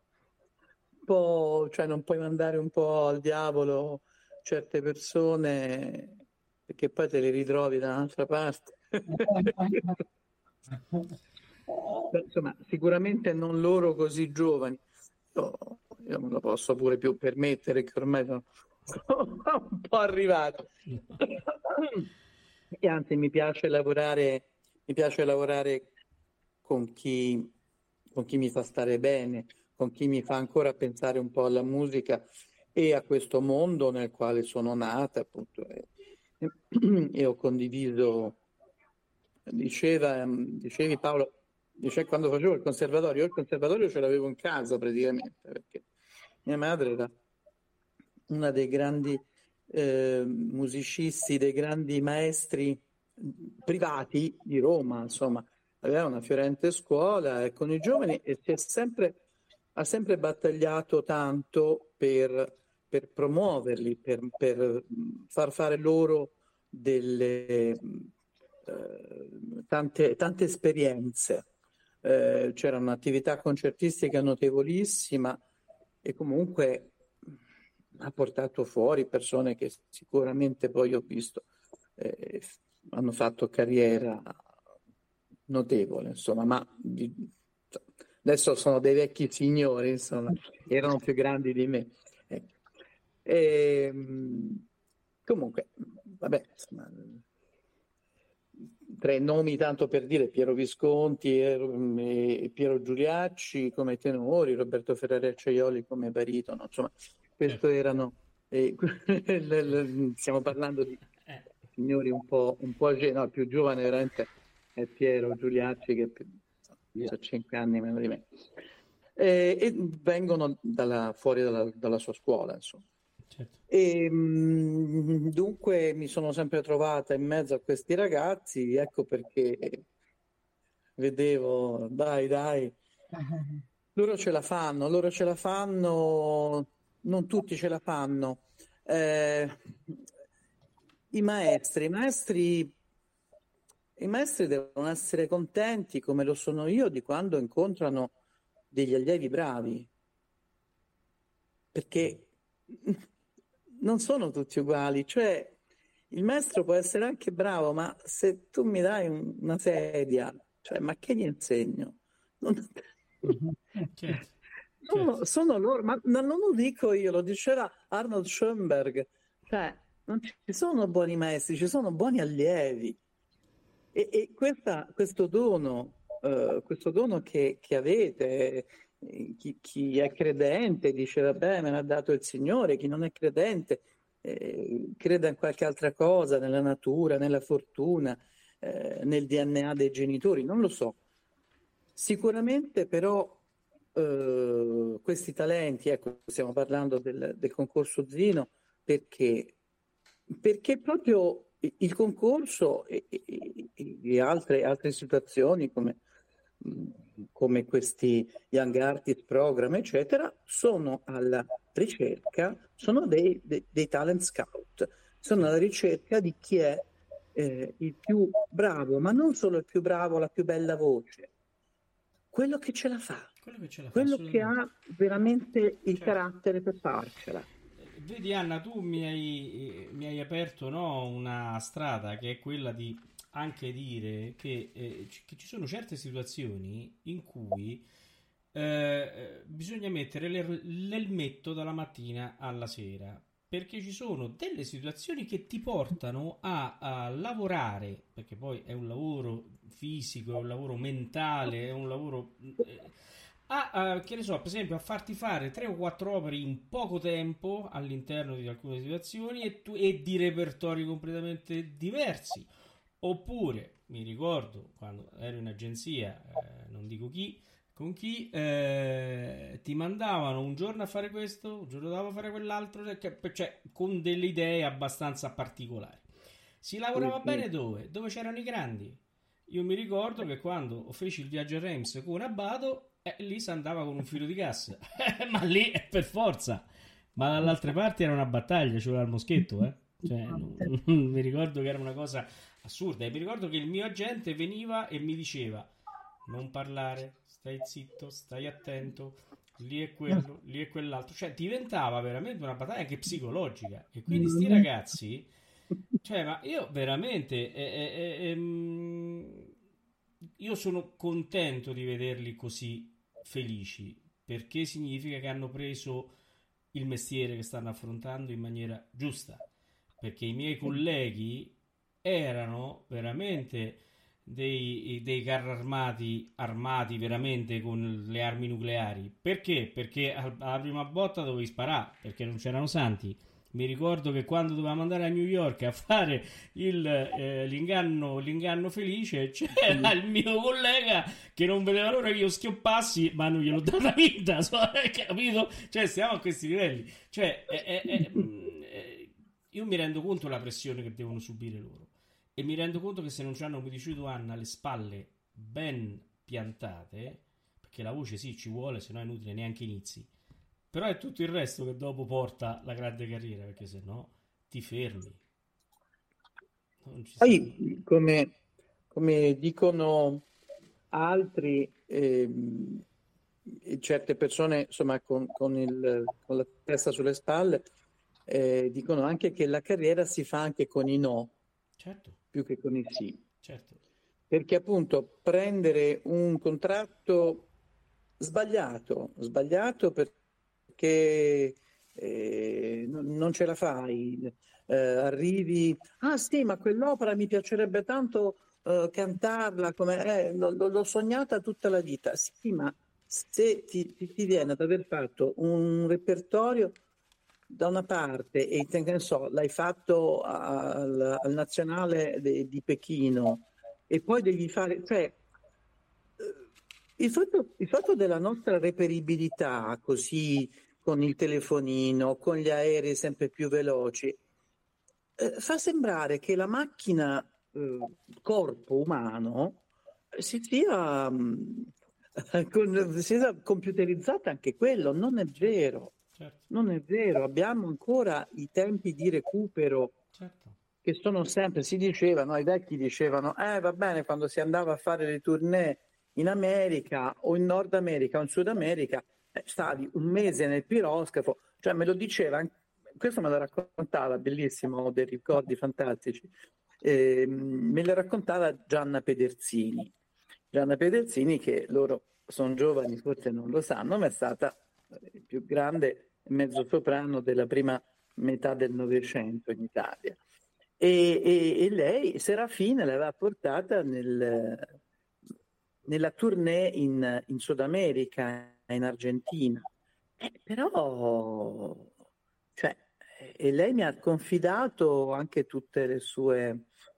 non puoi mandare un po' al diavolo certe persone, perché poi te le ritrovi da un'altra parte. Insomma, sicuramente non loro così giovani. Io non lo posso pure più permettere, che ormai sono un po' arrivato. E anzi, mi piace lavorare con chi mi fa stare bene, con chi mi fa ancora pensare un po' alla musica e a questo mondo nel quale sono nata, appunto, e ho condiviso. Dicevi Paolo, quando facevo il conservatorio ce l'avevo in casa praticamente, perché mia madre era una dei grandi musicisti, dei grandi maestri privati di Roma, insomma, aveva una fiorente scuola con i giovani e ha sempre battagliato tanto per promuoverli, per far fare loro delle tante esperienze. C'era un'attività concertistica notevolissima e comunque ha portato fuori persone che sicuramente poi ho visto hanno fatto carriera notevole, insomma, ma adesso sono dei vecchi signori, insomma, erano più grandi di me. Comunque, vabbè, insomma, tre nomi tanto per dire: Piero Visconti e Piero Giuliacci come tenori, Roberto Ferrari Acciaioli come baritono, insomma, questo erano stiamo parlando di signori un po' no, il più giovane veramente è Piero Giuliacci, che ha 5 anni meno di me, e vengono fuori dalla sua scuola, insomma. Certo. E dunque mi sono sempre trovata in mezzo a questi ragazzi, ecco perché vedevo, dai, loro ce la fanno, non tutti ce la fanno. I maestri devono essere contenti, come lo sono io, di quando incontrano degli allievi bravi, perché non sono tutti uguali, cioè il maestro può essere anche bravo, ma se tu mi dai una sedia, cioè, ma che gli insegno? Sono loro, ma non lo dico io, lo diceva Arnold Schoenberg, cioè non ci sono buoni maestri, ci sono buoni allievi. E questo dono che avete, chi è credente dice vabbè, me l'ha dato il Signore, chi non è credente crede in qualche altra cosa, nella natura, nella fortuna, nel DNA dei genitori, non lo so. Sicuramente però questi talenti, ecco, stiamo parlando del concorso Zino, perché proprio il concorso e altre situazioni come questi Young Artist Program, eccetera, sono alla ricerca, sono dei talent scout, sono alla ricerca di chi è il più bravo, ma non solo il più bravo, la più bella voce, quello che ce la fa, quello che ha veramente il carattere per farcela. Vedi Anna, tu mi hai aperto, no, una strada che è quella di anche dire che ci sono certe situazioni in cui bisogna mettere l'elmetto dalla mattina alla sera, perché ci sono delle situazioni che ti portano a lavorare, perché poi è un lavoro fisico, è un lavoro mentale, è un lavoro che ne so, per esempio a farti fare 3 o 4 opere in poco tempo all'interno di alcune situazioni e di repertori completamente diversi, Oppure mi ricordo quando ero in agenzia, non dico con chi, ti mandavano un giorno a fare questo, un giorno dopo a fare quell'altro, cioè con delle idee abbastanza particolari. Si lavorava bene dove? Dove c'erano i grandi. Io mi ricordo che quando feci il viaggio a Reims con Abbado, lì si andava con un filo di gas, ma lì è per forza. Ma dall'altra parte era una battaglia, ci voleva il moschetto, Cioè, mi ricordo che era una cosa assurda. E mi ricordo che il mio agente veniva e mi diceva: non parlare, stai zitto, stai attento, lì è quello, lì è quell'altro. Cioè, diventava veramente una battaglia anche psicologica. E quindi sti ragazzi, cioè, ma io veramente io sono contento di vederli così felici, perché significa che hanno preso il mestiere che stanno affrontando in maniera giusta. Perché i miei colleghi erano veramente dei carri armati veramente con le armi nucleari. Perché? Perché alla prima botta dovevi sparare, perché non c'erano santi. Mi ricordo che quando dovevamo andare a New York a fare l'inganno felice, c'era il mio collega che non vedeva l'ora che io schioppassi, ma non gliel'ho data vita, capito? Cioè, stiamo a questi livelli. Cioè, io mi rendo conto della pressione che devono subire loro, e mi rendo conto che se non hanno, come dici tu, Anna, le spalle ben piantate, perché la voce sì ci vuole, se no è inutile, neanche inizi. Però è tutto il resto che dopo porta la grande carriera, perché se no ti fermi. Poi, come dicono altri, certe persone, insomma, con la testa sulle spalle, dicono anche che la carriera si fa anche con i no, certo, più che con i sì. Certo. Perché appunto prendere un contratto sbagliato perché non ce la fai, arrivi, ah sì, ma quell'opera mi piacerebbe tanto cantarla, l'ho sognata tutta la vita. Sì, ma se ti viene ad aver fatto un repertorio da una parte e che ne so, l'hai fatto al nazionale di Pechino e poi devi fare, cioè il fatto della nostra reperibilità così con il telefonino, con gli aerei sempre più veloci, fa sembrare che la macchina corpo umano sia computerizzata anche quello. Non è vero. Certo. Non è vero, abbiamo ancora i tempi di recupero, certo, che sono sempre, si dicevano, i vecchi dicevano, va bene, quando si andava a fare le tournée in America o in Nord America o in Sud America, stavi un mese nel piroscafo, cioè me lo diceva, questo me lo raccontava, bellissimo, ho dei ricordi fantastici, me lo raccontava Gianna Pederzini, che loro sono giovani, forse non lo sanno, ma è stata il più grande mezzosoprano della prima metà del Novecento in Italia. E lei, Serafina, l'aveva portata nella tournée in Sud America, in Argentina. Però, cioè, e lei mi ha confidato anche tutte le sue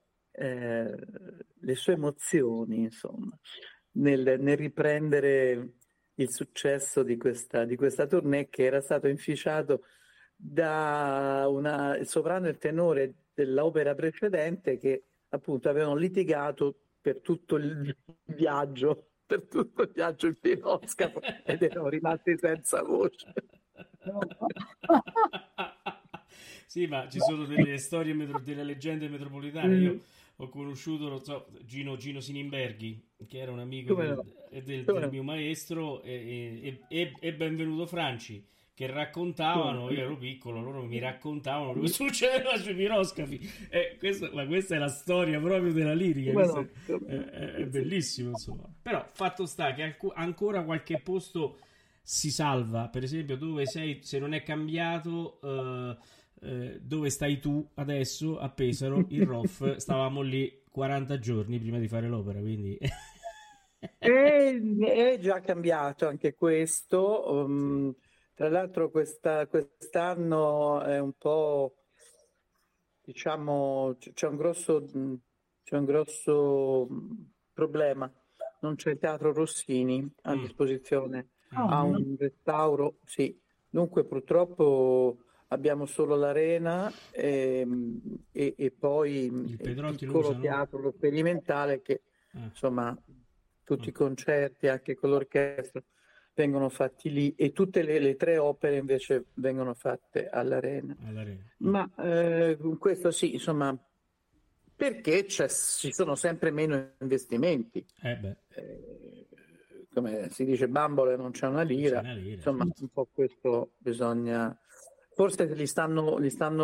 emozioni, insomma, nel riprendere il successo di questa tournée, che era stato inficiato da il soprano e il tenore dell'opera precedente, che appunto avevano litigato per tutto il viaggio in piroscafo ed erano rimasti senza voce. Sì, ma ci sono delle storie, delle leggende metropolitane. Io ho conosciuto, non so, Gino Sinimberghi, che era un amico del mio maestro, e Benvenuto Franci, che raccontavano, io ero piccolo, loro mi raccontavano quello che succedeva sui piroscafi. Ma questa è la storia proprio della lirica. È bellissimo, insomma. Però fatto sta che ancora qualche posto si salva, per esempio dove sei, se non è cambiato, dove stai tu adesso a Pesaro, il ROF, stavamo lì 40 giorni prima di fare l'opera, quindi è già cambiato anche questo. Tra l'altro quest'anno è un po', diciamo, c'è un grosso c'è un grosso problema. Non c'è il Teatro Rossini a disposizione, ha un restauro, sì. Dunque purtroppo abbiamo solo l'Arena e poi il piccolo teatro, lo sperimentale, che insomma tutti i concerti, anche con l'orchestra, vengono fatti lì, e tutte le 3 opere invece vengono fatte all'Arena. Ma questo sì, insomma, perché ci sono sempre meno investimenti. Come si dice, bambole non c'è una lira, insomma, un po' questo bisogna, forse li stanno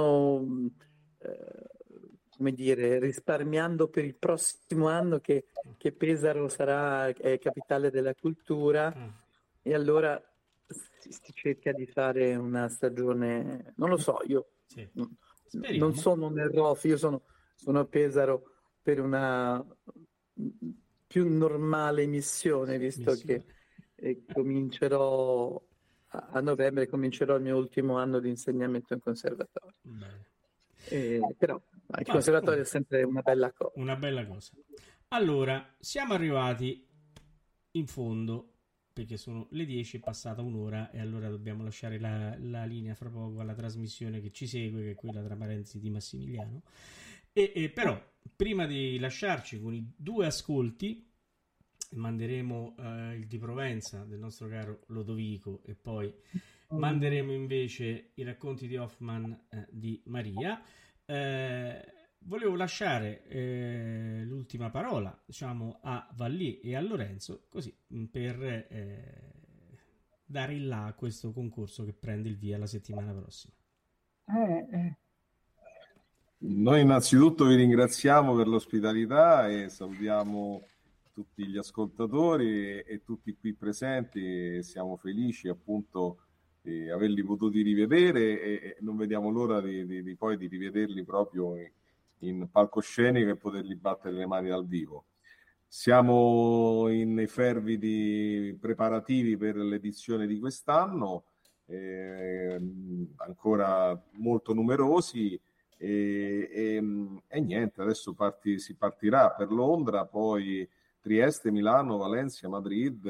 come dire, risparmiando per il prossimo anno, che Pesaro sarà capitale della cultura, e allora si cerca di fare una stagione, non lo so, io non sono nel ROF, io sono a Pesaro per una più normale missione, visto che comincerò a novembre, comincerò il mio ultimo anno di insegnamento in conservatorio. Però il conservatorio è sempre una bella cosa. Una bella cosa. Allora, siamo arrivati in fondo, perché sono le 10, è passata un'ora, e allora dobbiamo lasciare la linea fra poco alla trasmissione che ci segue, che è quella tra parentesi di Massimiliano. Però prima di lasciarci con i 2 ascolti, manderemo il di Provenza del nostro caro Lodovico, e poi manderemo invece i racconti di Hoffman di Maria. Volevo lasciare l'ultima parola, diciamo, a Vallì e a Lorenzo, così per dare il là a questo concorso che prende il via la settimana prossima. Noi innanzitutto vi ringraziamo per l'ospitalità e salutiamo tutti gli ascoltatori e tutti qui presenti. Siamo felici appunto di averli potuti rivedere, e non vediamo l'ora di poi di rivederli proprio in palcoscenico e poterli battere le mani dal vivo. Siamo nei fervidi preparativi per l'edizione di quest'anno, ancora molto numerosi. E niente, adesso si partirà per Londra, poi Trieste, Milano, Valencia, Madrid,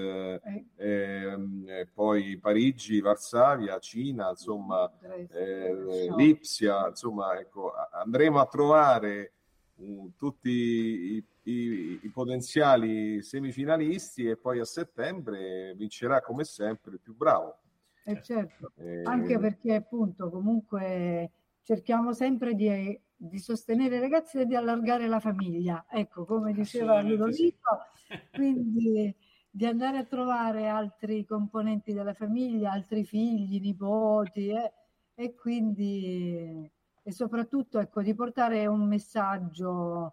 poi Parigi, Varsavia, Cina, insomma, Lipsia, insomma, ecco, andremo a trovare tutti i potenziali semifinalisti, e poi a settembre vincerà come sempre il più bravo. Certo, anche perché appunto comunque cerchiamo sempre di sostenere i ragazzi e di allargare la famiglia, ecco, come diceva Ludovico, quindi di andare a trovare altri componenti della famiglia, altri figli, nipoti, e quindi e soprattutto, ecco, di portare un messaggio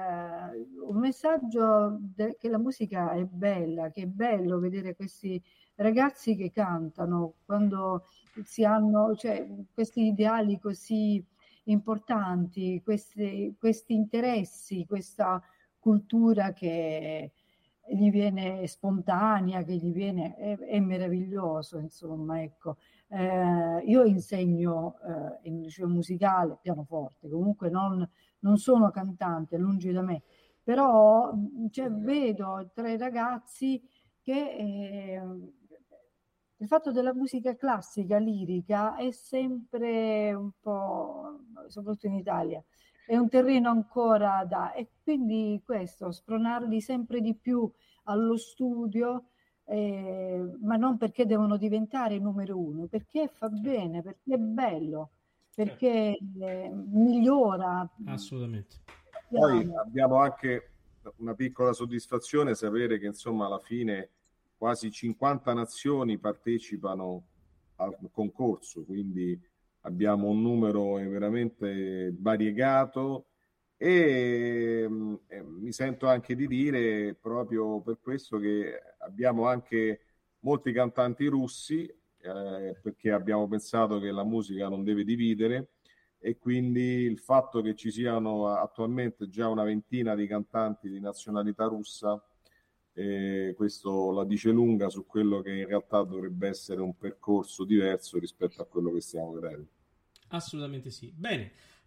che la musica è bella, che è bello vedere questi ragazzi che cantano quando si hanno, cioè, questi ideali così importanti, questi interessi, questa cultura che gli viene spontanea, che gli viene, è meraviglioso, insomma, ecco. Io insegno in un liceo musicale, pianoforte, comunque non sono cantante, lungi da me, però cioè, vedo tra i ragazzi che il fatto della musica classica, lirica, è sempre un po', soprattutto in Italia, è un terreno ancora e quindi questo, spronarli sempre di più allo studio, ma non perché devono diventare numero 1, perché fa bene, perché è bello, perché migliora. Assolutamente. Poi abbiamo anche una piccola soddisfazione sapere che insomma alla fine quasi 50 nazioni partecipano al concorso, quindi abbiamo un numero veramente variegato, e mi sento anche di dire proprio per questo che abbiamo anche molti cantanti russi, perché abbiamo pensato che la musica non deve dividere, e quindi il fatto che ci siano attualmente già una ventina di cantanti di nazionalità russa, questo la dice lunga su quello che in realtà dovrebbe essere un percorso diverso rispetto a quello che stiamo vedendo. Assolutamente sì. Bene,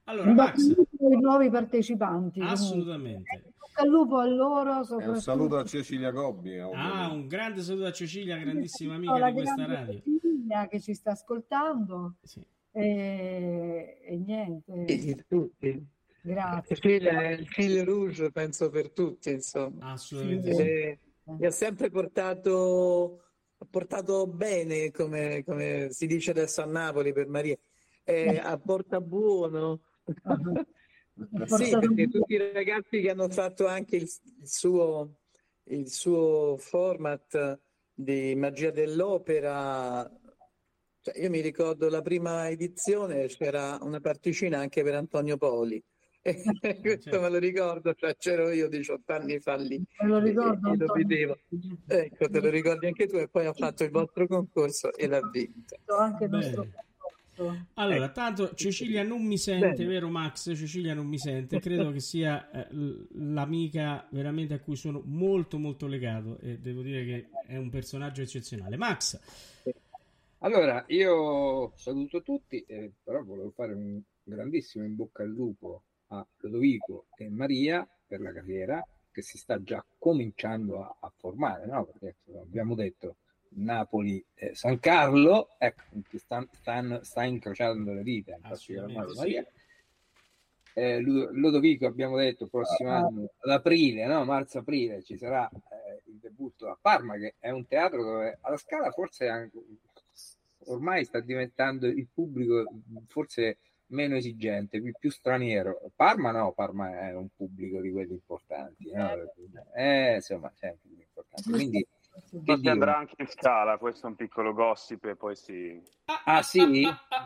Allora, Max, i nuovi partecipanti. assolutamente. Bocca al lupo a loro. E un saluto a Cecilia Gobbi. Un grande saluto a Cecilia, grandissima amica La di questa grande radio. Cecilia che ci sta ascoltando. Sì. E niente. Di tutti. Grazie. Cecilia è il fil rouge, penso, per tutti, insomma. Assolutamente Sì. sì. Mi ha sempre portato bene, come si dice adesso a Napoli per Maria, a porta buono. Sì, perché tutti i ragazzi che hanno fatto anche il suo format di Magia dell'Opera, cioè io mi ricordo la prima edizione, c'era una particina anche per Antonio Poli. Questo me lo ricordo, cioè c'ero io 18 anni fa lì. Me lo ricordo. E lo vedevo. Ecco, te lo ricordi anche tu, e poi ho fatto il vostro concorso e l'ha vinto. Anche il nostro Bene. concorso. Allora, tanto Cecilia non mi sente, Bene. vero Max? Cecilia non mi sente, credo che sia l'amica veramente a cui sono molto molto legato e devo dire che è un personaggio eccezionale. Max, Allora, io saluto tutti, però volevo fare un grandissimo in bocca al lupo a Lodovico e Maria per la carriera che si sta già cominciando a formare, no? Perché abbiamo detto Napoli, San Carlo, ecco, sta incrociando le dita, in particolare Maria. Lodovico abbiamo detto prossimo anno ad aprile, no? Marzo-aprile ci sarà il debutto a Parma, che è un teatro dove alla Scala forse anche, ormai sta diventando il pubblico forse meno esigente, più straniero. Parma no, Parma è un pubblico di quelli importanti, no? Insomma, sempre più importante. Quindi si andrà anche in Scala, questo è un piccolo gossip e poi si... sì?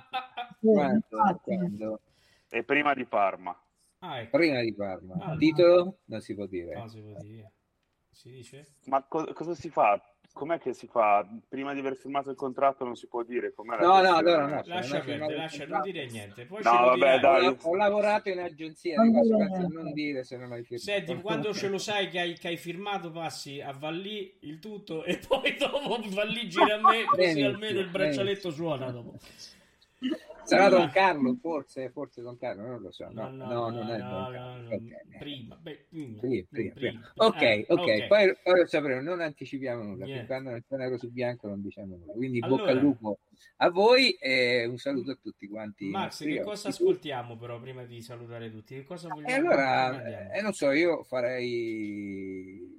Quando? E prima di Parma. ecco. Prima di Parma. Allora. Titolo? Non si può dire. No, si può dire. Si dice? Ma cosa si fa? Com'è che si fa? Prima di aver firmato il contratto non si può dire com'è la No, questione? allora no. Lascia perdere, non dire niente. Poi No, ce lo vabbè, dirai. dai. Ho lavorato in agenzia, di conseguenza non dire se non hai firmato. Senti, quando ce lo sai che hai firmato, passi a Vallì il tutto e poi dopo Vallì gira a me, così Benissimo, almeno il braccialetto suona dopo. Sarà Don Carlo, forse Don Carlo, non lo so. No, non è Don Carlo. Prima. Prima. Ok, poi lo sapremo, non anticipiamo nulla, Niente. quando non c'è nero su bianco non diciamo nulla. Quindi Allora, bocca al lupo a voi e un saluto a tutti quanti. Max, che cosa ascoltiamo però prima di salutare tutti? Che cosa vogliamo? E allora, non so, io farei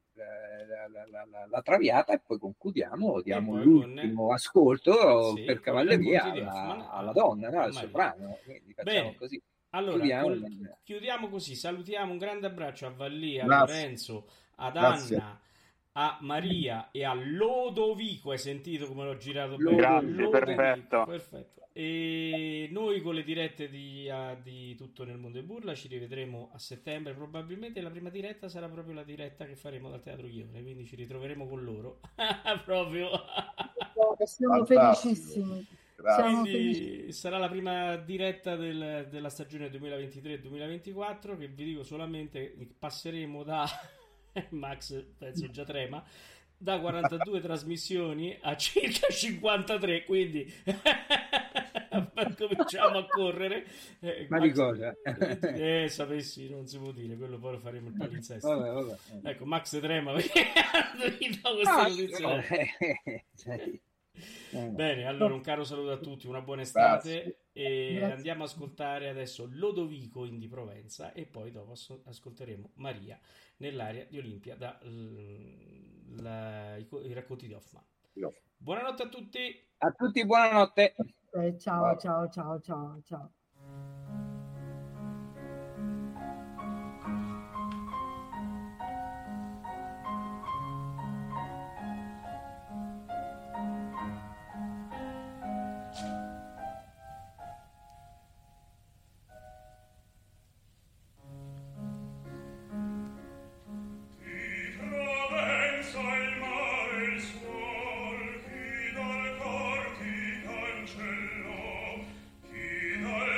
la Traviata e poi concludiamo, diamo l'ultimo ascolto per cavalleria alla donna, no? Al soprano, quindi facciamo così. Allora, chiudiamo così, salutiamo, un grande abbraccio a Vallì, a Grazie. Lorenzo, ad Grazie. Anna, a Maria e a Lodovico. Hai sentito come l'ho girato bene? Grazie, perfetto. E noi con le dirette di Tutto nel Mondo e Burla ci rivedremo a settembre probabilmente. La prima diretta sarà proprio la diretta che faremo dal Teatro Ghione, quindi ci ritroveremo con loro proprio. Siamo felicissimi. Quindi sarà la prima diretta della stagione 2023-2024, che vi dico solamente passeremo da Max penso già trema, da 42 trasmissioni a circa 53, quindi cominciamo a correre. Ma di cosa? Sapessi, non si può dire, quello poi lo faremo il palinsesto. Vabbè. Ecco, Max trema perché questa notizia. Bene, allora un caro saluto a tutti, una buona estate. E andiamo a ascoltare adesso Lodovico in di Provenza e poi dopo ascolteremo Maria nell'area di Olimpia i racconti di Hoffman. Buonanotte a tutti. A tutti buonanotte. Ciao. Chi dal cor ti cancellò, chi dal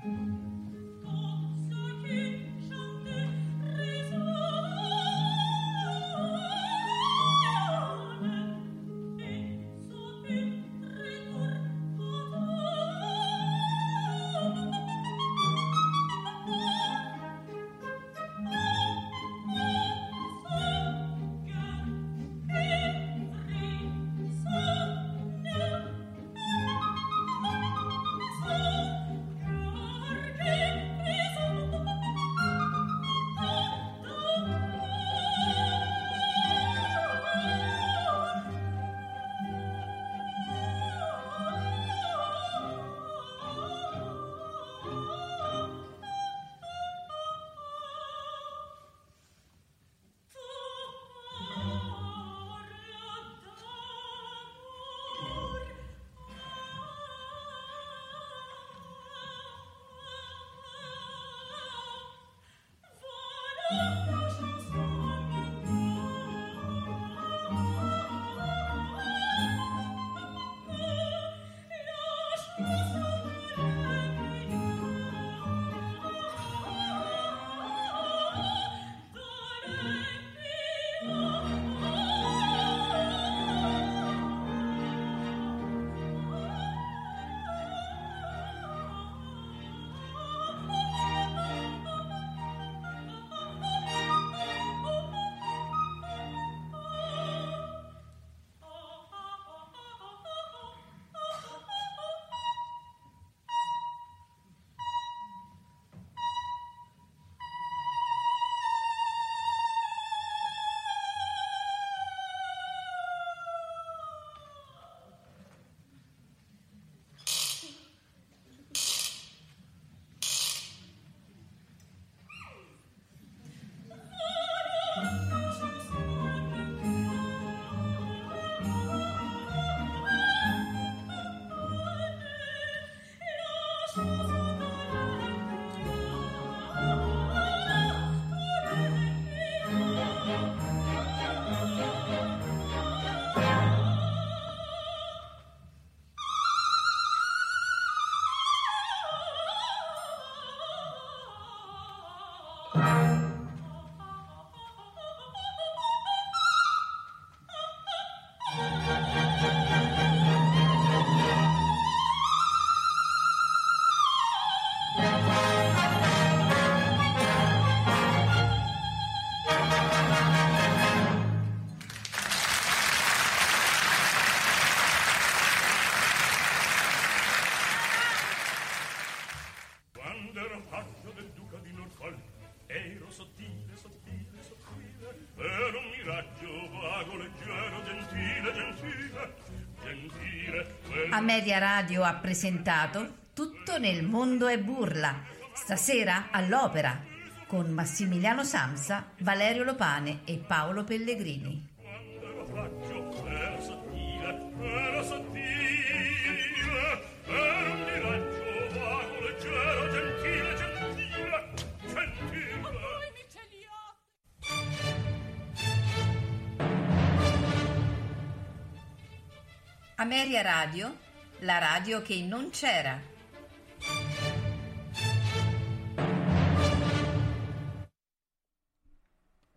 Ameria Radio ha presentato Tutto nel mondo è burla, stasera all'Opera, con Massimiliano Samsa, Valerio Lopane e Paolo Pellegrini. Ameria Radio, la radio che non c'era.